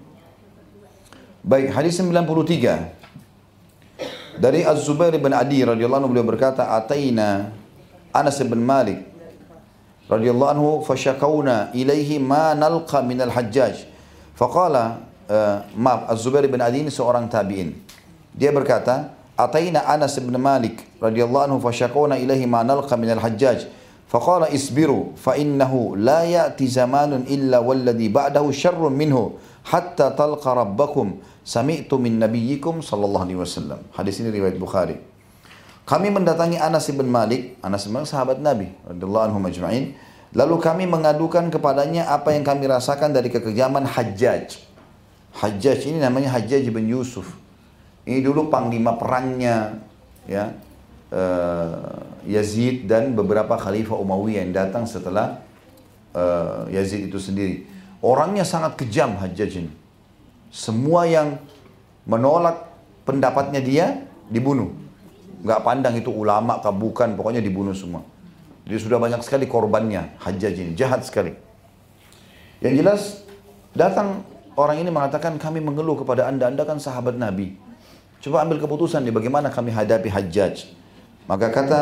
Baik, hadis 93. Dari Az-Zubair bin Adi radhiyallahu anhu, beliau berkata, Ataina Anas bin Malik radhiyallahu anhu fashakawna ilaihi ma nalqa minal hajjaj. Faqala, maaf, Az-Zubair bin Adi ini seorang tabi'in. Dia berkata, Ataina Anas bin Malik radhiyallahu anhu fashakawna ilaihi ma nalqa minal hajjaj. Faqala isbiru fa innahu la ya'ti zamanun illa walladhi ba'dahu syarrun minhu hatta talqa rabbakum sami'tu min nabiyyikum sallallahu alaihi wasallam. Hadis ini riwayat Bukhari. Kami mendatangi Anas bin Malik, Anas bin Malik sahabat Nabi radhiyallahu anhum ajma'in. Lalu kami mengadukan kepadanya apa yang kami rasakan dari kekejaman Hajjaj. Hajjaj ini namanya Hajjaj bin Yusuf. Ini dulu panglima perangnya ya, Yazid dan beberapa khalifah Umayyah yang datang setelah Yazid itu sendiri. Orangnya sangat kejam Hajjaj ini. Semua yang menolak pendapatnya dia dibunuh. Nggak pandang itu ulama kah bukan, pokoknya dibunuh semua. Jadi sudah banyak sekali korbannya Hajjaj ini, jahat sekali. Yang jelas datang orang ini mengatakan, kami mengeluh kepada anda kan sahabat Nabi. Coba ambil keputusan nih bagaimana kami hadapi Hajjaj. Maka kata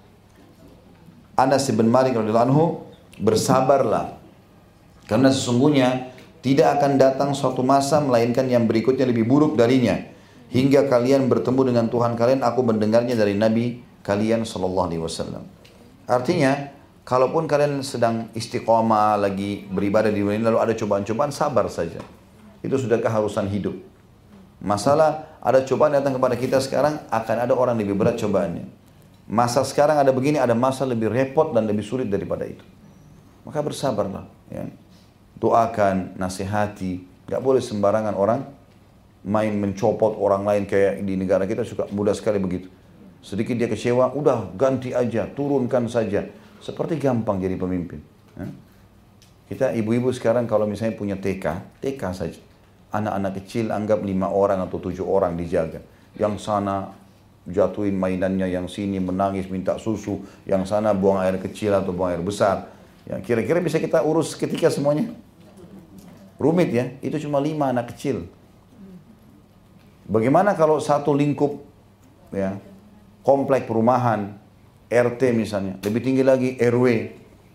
Anas bin Malik radhiyallahu anhu, bersabarlah. Karena sesungguhnya tidak akan datang suatu masa melainkan yang berikutnya lebih buruk darinya. Hingga kalian bertemu dengan Tuhan kalian, aku mendengarnya dari Nabi kalian sallallahu alaihi wasallam. Artinya, kalaupun kalian sedang istiqomah lagi beribadah di dunia lalu ada cobaan-cobaan, sabar saja. Itu sudah keharusan hidup. Masalah ada cobaan datang kepada kita sekarang, akan ada orang lebih berat cobaannya. Masa sekarang ada begini, ada masa lebih repot dan lebih sulit daripada itu. Maka bersabarlah. Ya. Doakan, nasihati. Gak boleh sembarangan orang main mencopot orang lain kayak di negara kita suka mudah sekali begitu. Sedikit dia kecewa, udah ganti aja, turunkan saja. Seperti gampang jadi pemimpin. Ya. Kita ibu-ibu sekarang kalau misalnya punya TK saja. Anak-anak kecil anggap 5 orang atau 7 orang dijaga. Yang sana jatuhin mainannya, yang sini menangis minta susu, yang sana buang air kecil atau buang air besar. Ya, kira-kira bisa kita urus ketika semuanya? Rumit ya, itu cuma 5 anak kecil. Bagaimana kalau satu lingkup ya, komplek perumahan, RT misalnya, lebih tinggi lagi RW.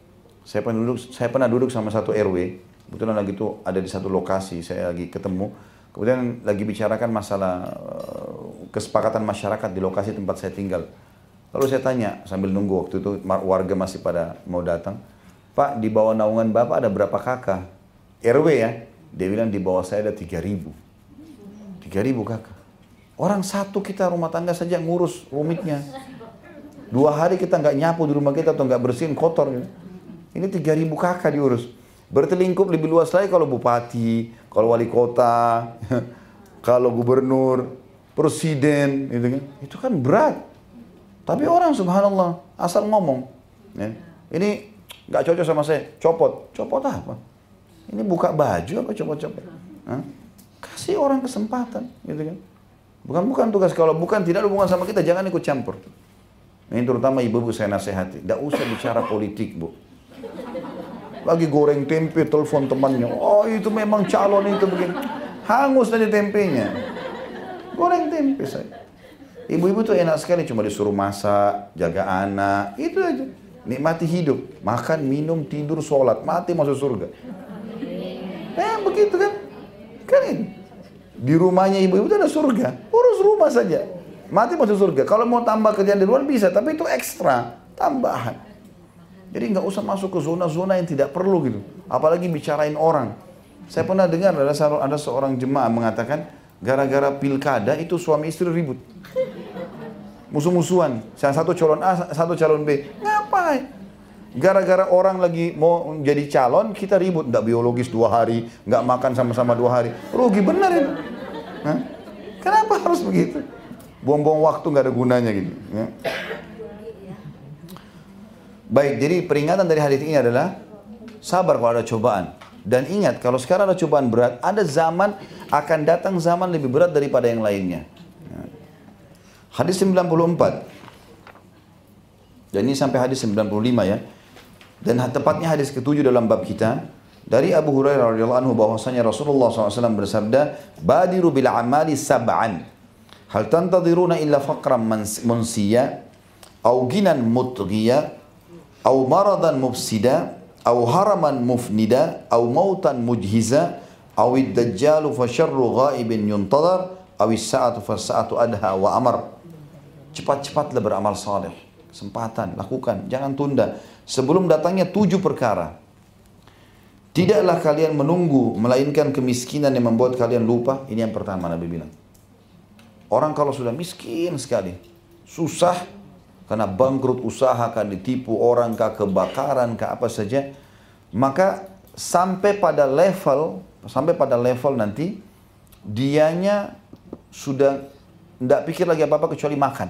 Saya pernah duduk sama satu RW, kebetulan lagi itu ada di satu lokasi, saya lagi ketemu, kemudian lagi bicarakan masalah kesepakatan masyarakat di lokasi tempat saya tinggal. Lalu saya tanya sambil nunggu, waktu itu warga masih pada mau datang, Pak, di bawah naungan Bapak ada berapa kakak? RW ya? Dia bilang di bawah saya ada 3.000. 3.000 kakak. Orang satu kita rumah tangga saja ngurus rumitnya. 2 hari kita nggak nyapu di rumah kita atau nggak bersihin kotor. Ini 3.000 kakak diurus. Berarti lingkup lebih luas lagi kalau bupati, kalau wali kota, kalau gubernur, presiden, gitu kan. Itu kan berat. Tapi orang subhanallah asal ngomong. Ya. Ini nggak cocok sama saya, copot. Copot apa? Ini buka baju apa copot-copot? Kasih orang kesempatan, gitu kan. Bukan tugas, kalau bukan tidak ada hubungan sama kita, jangan ikut campur. Ini terutama ibu-ibu saya nasihati, tidak usah bicara politik, Bu. Lagi goreng tempe, telepon temannya, oh itu memang calon itu begini. Hangus tadi tempenya. Goreng tempe saya. Ibu-ibu tuh enak sekali, cuma disuruh masak, jaga anak, itu aja. Nikmati hidup, makan, minum, tidur, sholat, mati masuk surga. Begitu kan? Kan ini. Di rumahnya ibu-ibu itu ada surga. Urus rumah saja. Mati masuk surga. Kalau mau tambah kerjaan di luar bisa, tapi itu ekstra, tambahan. Jadi nggak usah masuk ke zona-zona yang tidak perlu gitu. Apalagi bicarain orang. Saya pernah dengar ada seorang jemaah mengatakan, gara-gara pilkada itu suami istri ribut. musuh-musuhan. Salah satu calon A, satu calon B. Ngapain? Gara-gara orang lagi mau jadi calon, kita ribut. Nggak biologis 2 hari, nggak makan sama-sama 2 hari. Rugi bener itu. Hah? Kenapa harus begitu? Buang-buang waktu nggak ada gunanya gitu. Ya. Baik, jadi peringatan dari hadis ini adalah sabar kalau ada cobaan. Dan ingat, kalau sekarang ada cobaan berat, ada zaman, akan datang zaman lebih berat daripada yang lainnya. Ya. Hadis 94. Dan ini sampai hadis 95 ya. Dan tepatnya hadis ke-7 dalam bab kita. Dari Abu Hurairah radhiyallahu anhu bahwasanya Rasulullah SAW bersabda, "Badiru bil amali sab'an. Hal tantadiruna illa faqran munsiya, au ginan mutghiya, au maradan mufsida, au haraman mufnida, au mautan mujhiza, au ad-dajjalu fa syarru ghaibin yuntadar, au as-sa'atu fa as-sa'atu adha wa amar." Cepat-cepatlah beramal saleh. Kesempatan, lakukan, jangan tunda. Sebelum datangnya 7 perkara. Tidaklah kalian menunggu, melainkan kemiskinan yang membuat kalian lupa. Ini yang pertama Nabi bilang. Orang kalau sudah miskin sekali, susah, karena bangkrut usaha, kan ditipu orang, kah kebakaran, kah apa saja, maka sampai pada level nanti, dianya sudah tidak pikir lagi apa-apa kecuali makan.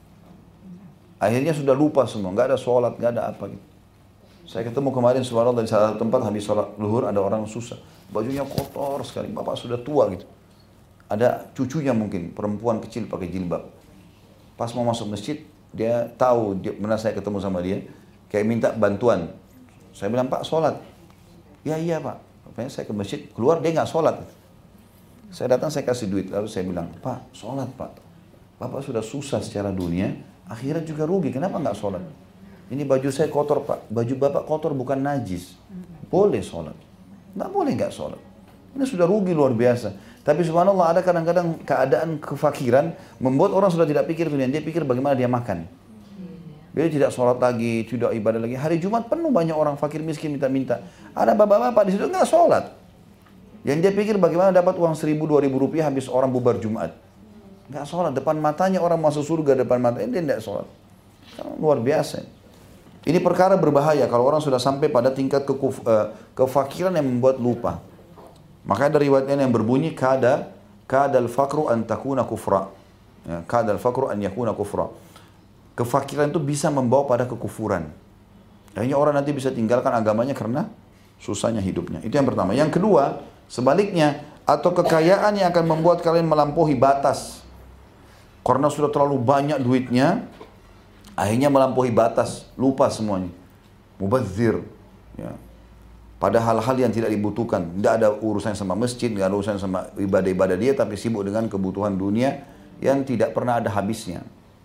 Akhirnya sudah lupa semua, nggak ada sholat, nggak ada apa gitu. Saya ketemu kemarin subhanallah di salah satu tempat habis sholat luhur, ada orang susah, bajunya kotor sekali, bapak sudah tua gitu. Ada cucunya mungkin, perempuan kecil pakai jilbab. Pas mau masuk masjid, dia tahu, benar saya ketemu sama dia, kayak minta bantuan. Saya bilang, "Pak, sholat." "Ya iya Pak." Makanya saya ke masjid, keluar dia nggak sholat. Saya datang, saya kasih duit, lalu saya bilang, "Pak, sholat Pak. Bapak sudah susah secara dunia, akhirat juga rugi, kenapa nggak sholat? Ini baju saya kotor Pak, baju Bapak kotor bukan najis, boleh sholat. Nggak boleh nggak sholat. Ini sudah rugi luar biasa." Tapi subhanallah ada kadang-kadang keadaan kefakiran membuat orang sudah tidak pikir dunia, dia pikir bagaimana dia makan. Dia tidak sholat lagi, tidak ibadah lagi. Hari Jumat penuh banyak orang fakir miskin minta-minta. Ada bapak-bapak di situ nggak sholat. Yang dia pikir bagaimana dapat uang 1.000-2.000 rupiah habis orang bubar Jumat. Nggak sholat, depan matanya orang masuk surga, depan matanya dia tidak sholat. Luar biasa. Ini perkara berbahaya kalau orang sudah sampai pada tingkat kefakiran yang membuat lupa. Makanya dari riwayatnya yang berbunyi kadal fakru an takuna kufra. Ya, kadal fakru an yakuna kufra. Kefakiran itu bisa membawa pada kekufuran. Akhirnya orang nanti bisa tinggalkan agamanya karena susahnya hidupnya. Itu yang pertama. Yang kedua, sebaliknya, atau kekayaan yang akan membuat kalian melampaui batas. Karena sudah terlalu banyak duitnya, akhirnya melampaui batas, lupa semuanya. Mubadzir. Ya. Pada hal-hal yang tidak dibutuhkan. Tidak ada urusan sama masjid, tidak ada urusan sama ibadah-ibadah dia, tapi sibuk dengan kebutuhan dunia yang tidak pernah ada habisnya.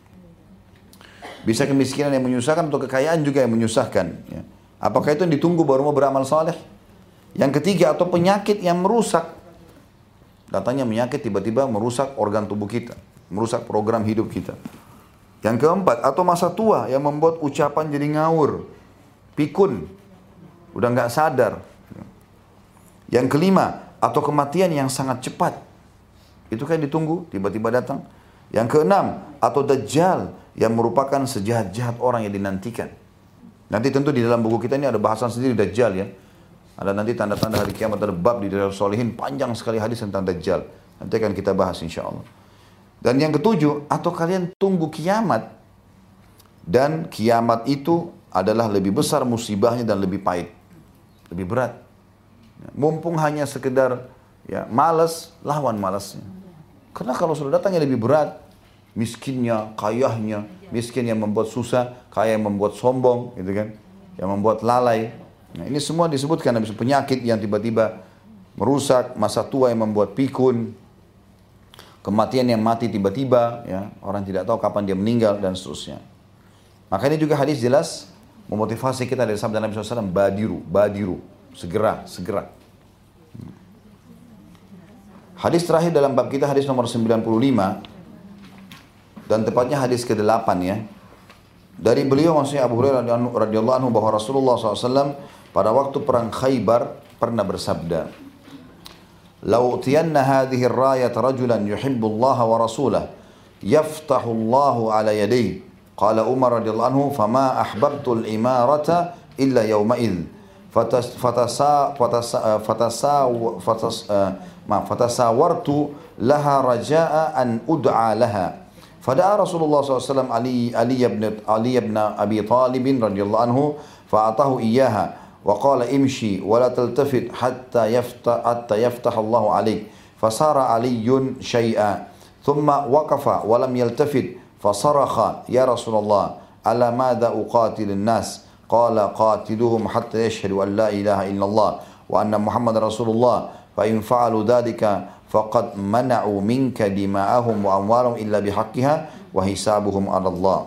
Bisa kemiskinan yang menyusahkan atau kekayaan juga yang menyusahkan. Ya. Apakah itu yang ditunggu baru mau beramal saleh? Yang ketiga, atau penyakit yang merusak. Datangnya penyakit tiba-tiba merusak organ tubuh kita, merusak program hidup kita. Yang keempat, atau masa tua yang membuat ucapan jadi ngawur, pikun, udah nggak sadar. Yang kelima, atau kematian yang sangat cepat. Itu kan ditunggu, tiba-tiba datang. Yang keenam, atau dajjal yang merupakan sejahat-jahat orang yang dinantikan. Nanti tentu di dalam buku kita ini ada bahasan sendiri dajjal ya. Ada nanti tanda-tanda hari kiamat, ada bab di dalam Sholihin, panjang sekali hadis tentang dajjal. Nanti akan kita bahas insya Allah. Dan yang ketujuh, atau kalian tunggu kiamat. Dan kiamat itu adalah lebih besar musibahnya dan lebih pahit. Lebih berat. Mumpung hanya sekedar ya malas, lawan malasnya. Karena kalau sudah datangnya lebih berat, miskinnya, kayahnya, miskin yang membuat susah, kaya yang membuat sombong, gitu kan, yang membuat lalai. Nah, ini semua disebutkan habis penyakit yang tiba-tiba merusak, masa tua yang membuat pikun, kematian yang mati tiba-tiba, ya, orang tidak tahu kapan dia meninggal dan seterusnya. Maka ini juga hadis jelas memotivasi kita dari sabda Nabi SAW, badiru, segera. Hadis terakhir dalam bab kita, hadis nomor 95, dan tepatnya hadis ke-8 ya. Dari beliau maksudnya Abu Hurairah radhiyallahu anhu bahwa Rasulullah SAW pada waktu perang Khaybar pernah bersabda, "Lau utiyanna hadhihi ar-rayat rajulan yuhibbullaha wa rasulahu yaftahullahu ala yadayhi. Qala Umar radhiyallahu anhu, fama ahbabtul imarata illa yawma'idh. Fatasawartu laha raja'a an ud'a laha. Fada'a Rasulullah SAW Ali ibn Abi Talib radhiyallahu anhu fa'atahu iyyaha wa qala imshi wa la taltafit hatta yaftah Allahu alayk. Fasara Aliyun syai'a thumma waqafa wa lam yaltafit fasarakha ya Rasulullah ala madha uqatilun nas. Qala qatiluhum hatta yashhadu an la ilaha illallah wa anna Muhammadar Rasulullah fa in fa'alu dhalika faqad mana'u minka dima'ahum wa amwalahum illa bihaqqiha wa hisabuhum 'ala Allah.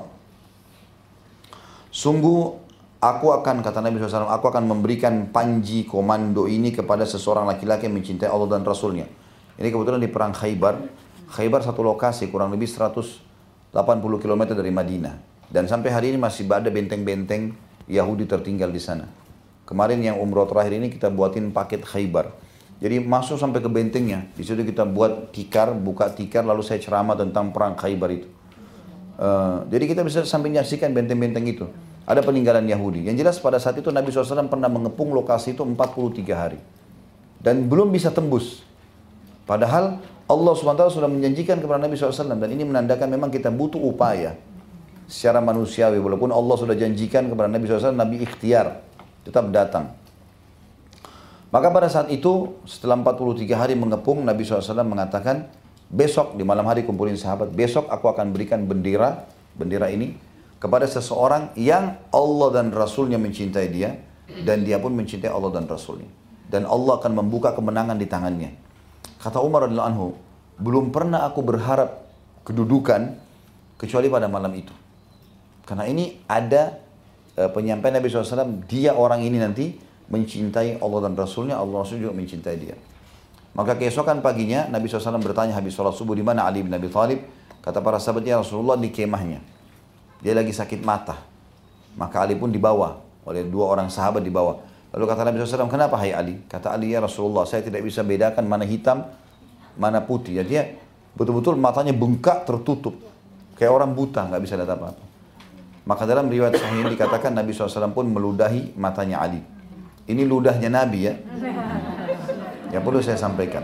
Sungguh aku akan, kata Nabi SAW, aku akan memberikan panji komando ini kepada seseorang laki-laki yang mencintai Allah dan Rasulnya. Ini kebetulan di perang Khaybar. Khaybar satu lokasi kurang lebih 180 km dari Madinah. Dan sampai hari ini masih ada benteng-benteng Yahudi tertinggal di sana. Kemarin yang umroh terakhir ini kita buatin paket Khaybar. Jadi masuk sampai ke bentengnya. Di situ kita buat tikar, buka tikar, lalu saya ceramah tentang perang Khaybar itu. Jadi kita bisa sampai menyaksikan benteng-benteng itu. Ada peninggalan Yahudi. Yang jelas pada saat itu Nabi SAW pernah mengepung lokasi itu 43 hari. Dan belum bisa tembus. Padahal Allah SWT sudah menjanjikan kepada Nabi SAW. Dan ini menandakan memang kita butuh upaya secara manusiawi. Walaupun Allah sudah janjikan kepada Nabi SAW, Nabi ikhtiar tetap datang. Maka pada saat itu setelah 43 hari mengepung, Nabi SAW mengatakan, besok di malam hari kumpulin sahabat, besok aku akan berikan bendera ini kepada seseorang yang Allah dan Rasulnya mencintai dia, dan dia pun mencintai Allah dan Rasulnya. Dan Allah akan membuka kemenangan di tangannya. Kata Umar radhiyallahu anhu, belum pernah aku berharap kedudukan kecuali pada malam itu. Karena ini ada penyampaian Nabi SAW, dia orang ini nanti mencintai Allah dan Rasulnya, Allah Rasul juga mencintai dia. Maka keesokan paginya Nabi SAW bertanya habis sholat subuh, di mana Ali bin Abi Thalib? Kata para sahabatnya, Rasulullah di kemahnya. Dia lagi sakit mata. Maka Ali pun dibawa oleh dua orang sahabat dibawa. Lalu kata Nabi SAW, kenapa hai Ali? Kata Ali, ya Rasulullah, saya tidak bisa bedakan mana hitam, mana putih. Ya, dia betul-betul matanya bengkak tertutup. Kayak orang buta, nggak bisa lihat apa-apa. Maka dalam riwayat sahih ini dikatakan Nabi SAW pun meludahi matanya Ali. Ini ludahnya Nabi ya. Yang perlu saya sampaikan.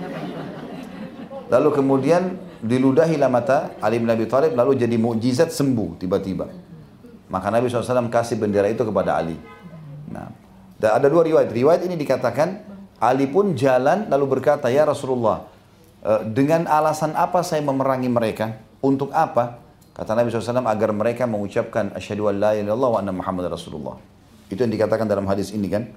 Lalu kemudian diludahilah mata Ali bin Abi Thalib, lalu jadi mukjizat sembuh tiba-tiba. Maka Nabi SAW kasih bendera itu kepada Ali. Nah, dan ada dua riwayat. Riwayat ini dikatakan Ali pun jalan lalu berkata, ya Rasulullah, dengan alasan apa saya memerangi mereka? Untuk apa? Kata Nabi SAW, agar mereka mengucapkan asyhadu an la ilaha illallah wa anna Muhammadar Rasulullah. Itu yang dikatakan dalam hadis ini kan.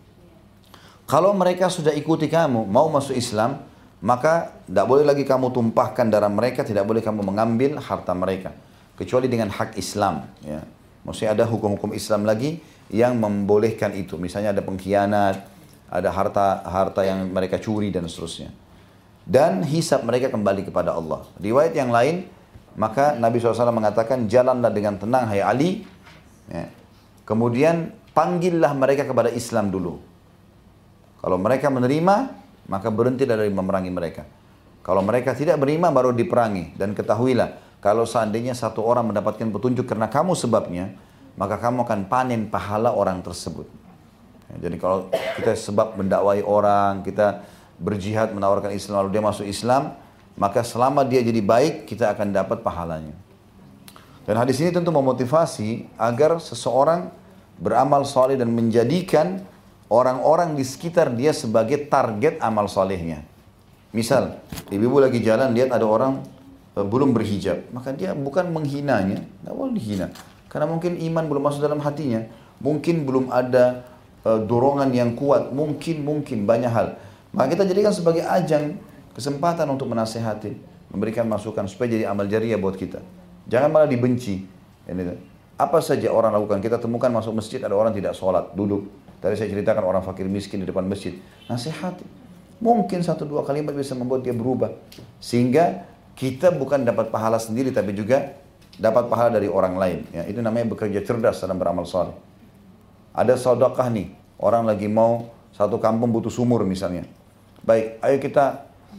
Kalau mereka sudah ikuti kamu, mau masuk Islam, maka tidak boleh lagi kamu tumpahkan darah mereka, tidak boleh kamu mengambil harta mereka. Kecuali dengan hak Islam. Ya. Maksudnya ada hukum-hukum Islam lagi yang membolehkan itu. Misalnya ada pengkhianat, ada harta yang mereka curi dan seterusnya. Dan hisab mereka kembali kepada Allah. Riwayat yang lain, maka Nabi SAW mengatakan, jalanlah dengan tenang hai Ali. Ya. Kemudian panggillah mereka kepada Islam dulu. Kalau mereka menerima, maka berhenti dari memerangi mereka. Kalau mereka tidak beriman, baru diperangi. Dan ketahuilah, kalau seandainya satu orang mendapatkan petunjuk karena kamu sebabnya, maka kamu akan panen pahala orang tersebut. Ya, jadi kalau kita sebab mendakwai orang, kita berjihad menawarkan Islam, lalu dia masuk Islam, maka selama dia jadi baik, kita akan dapat pahalanya. Dan hadis ini tentu memotivasi agar seseorang beramal saleh dan menjadikan orang-orang di sekitar dia sebagai target amal salehnya. Misal, ibu-ibu lagi jalan, lihat ada orang belum berhijab, maka dia bukan menghinanya, tidak boleh dihina. Karena mungkin iman belum masuk dalam hatinya, mungkin belum ada dorongan yang kuat, mungkin banyak hal. Maka kita jadikan sebagai ajang kesempatan untuk menasehati, memberikan masukan supaya jadi amal jariah buat kita. Jangan malah dibenci. Apa saja orang lakukan, kita temukan masuk masjid ada orang tidak sholat, duduk. Tadi saya ceritakan orang fakir miskin di depan masjid. Nasihati. Mungkin 1-2 kalimat bisa membuat dia berubah. Sehingga kita bukan dapat pahala sendiri, tapi juga dapat pahala dari orang lain. Ya, itu namanya bekerja cerdas dalam beramal saleh. Ada sedekah nih, orang lagi mau satu kampung butuh sumur misalnya. Baik, ayo kita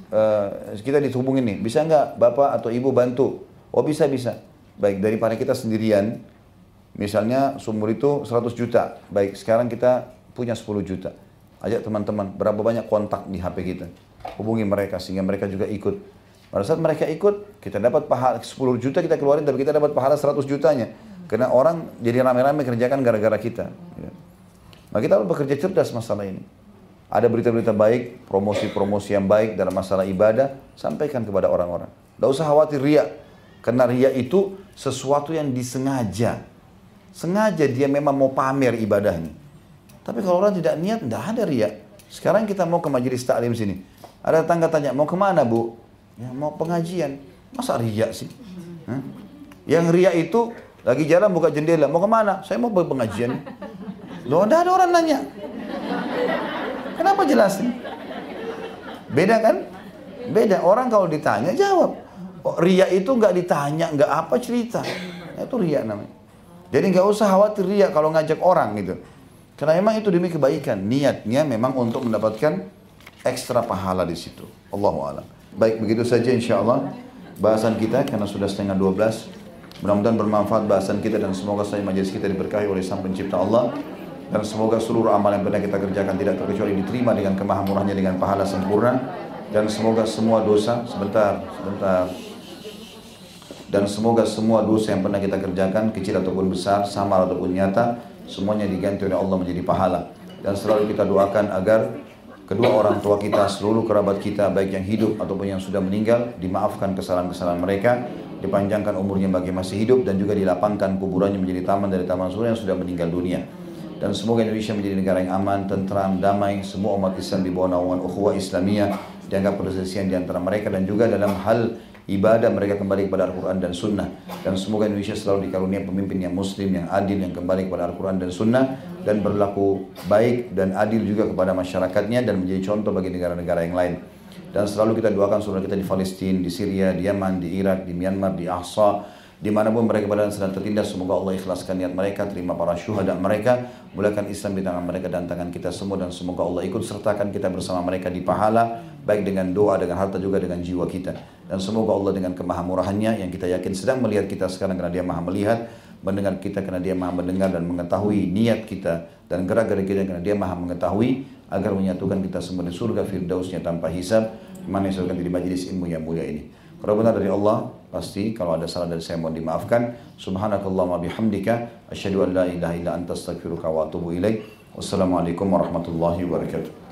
kita dihubungin nih, bisa nggak bapak atau ibu bantu? Oh bisa. Baik, daripada kita sendirian, misalnya sumur itu 100 juta, baik sekarang kita punya 10 juta. Ajak teman-teman, berapa banyak kontak di HP kita. Hubungi mereka sehingga mereka juga ikut. Pada saat mereka ikut, kita dapat pahala 10 juta kita keluarin, tapi kita dapat pahala 100 jutanya. Karena orang jadi rame-rame kerjakan gara-gara kita. Nah kita harus bekerja cerdas masalah ini. Ada berita-berita baik, promosi-promosi yang baik dalam masalah ibadah, sampaikan kepada orang-orang. Tidak usah khawatir riya. Karena riya itu sesuatu yang disengaja. Sengaja dia memang mau pamer ibadahnya. Tapi kalau orang tidak niat, tidak ada riya. Sekarang kita mau ke majelis taklim sini. Ada tetangga tanya, mau kemana bu? Ya, mau pengajian. Masa riya sih? Hah? Yang riya itu lagi jalan buka jendela. Mau kemana? Saya mau pengajian. Loh, ada orang nanya. Kenapa jelasin? Beda kan? Beda. Orang kalau ditanya, jawab. Oh, riya itu nggak ditanya, nggak apa cerita. Itu riya namanya. Jadi nggak usah khawatir riya kalau ngajak orang gitu. Karena memang itu demi kebaikan. Niatnya memang untuk mendapatkan ekstra pahala di situ. Allahu a'lam. Baik, begitu saja insyaallah bahasan kita karena sudah setengah 12. Mudah-mudahan bermanfaat bahasan kita dan semoga saja majelis kita diberkahi oleh Sang Pencipta Allah. Dan semoga seluruh amal yang pernah kita kerjakan tidak terkecuali diterima dengan kemahamurahnya dengan pahala sempurna. Dan semoga semua dosa, dan semoga semua dosa yang pernah kita kerjakan, kecil ataupun besar, samar ataupun nyata, semuanya diganti oleh Allah menjadi pahala. Dan selalu kita doakan agar kedua orang tua kita, seluruh kerabat kita, baik yang hidup ataupun yang sudah meninggal, dimaafkan kesalahan-kesalahan mereka, dipanjangkan umurnya bagi masih hidup, dan juga dilapangkan kuburannya menjadi taman dari taman surga yang sudah meninggal dunia. Dan semoga Indonesia menjadi negara yang aman, tentram, damai, semua umat Islam di bawah naungan ukhuwah Islamiyah, dianggap perselisihan di antara mereka, dan juga dalam hal ibadah mereka kembali kepada Al-Quran dan Sunnah. Dan semoga Indonesia selalu dikarunia pemimpin yang muslim, yang adil, yang kembali kepada Al-Quran dan Sunnah, dan berlaku baik dan adil juga kepada masyarakatnya, dan menjadi contoh bagi negara-negara yang lain. Dan selalu kita doakan saudara kita di Palestina, di Syria, di Yaman, di Irak, di Myanmar, di Ahsa, dimanapun mereka berada sedang tertindas, semoga Allah ikhlaskan niat mereka, terima para syuhada mereka, mulakan Islam di tangan mereka dan tangan kita semua, dan semoga Allah ikut sertakan kita bersama mereka di pahala, baik dengan doa, dengan harta, juga dengan jiwa kita. Dan semoga Allah dengan kemahamurahannya yang kita yakin sedang melihat kita sekarang karena dia maha melihat, mendengar kita karena dia maha mendengar dan mengetahui niat kita dan gerak-gerik kita karena dia maha mengetahui, agar menyatukan kita semua di surga firdausnya tanpa hisab, mana yang di majlis ilmu yang mulia ini. Kalau benar dari Allah, pasti. Kalau ada salah dari saya mohon dimaafkan. Subhanakallahumma bihamdika asyhadu an la ilaha illa anta astaghfiruka wa atubu ilaik. Wassalamualaikum warahmatullahi wabarakatuh.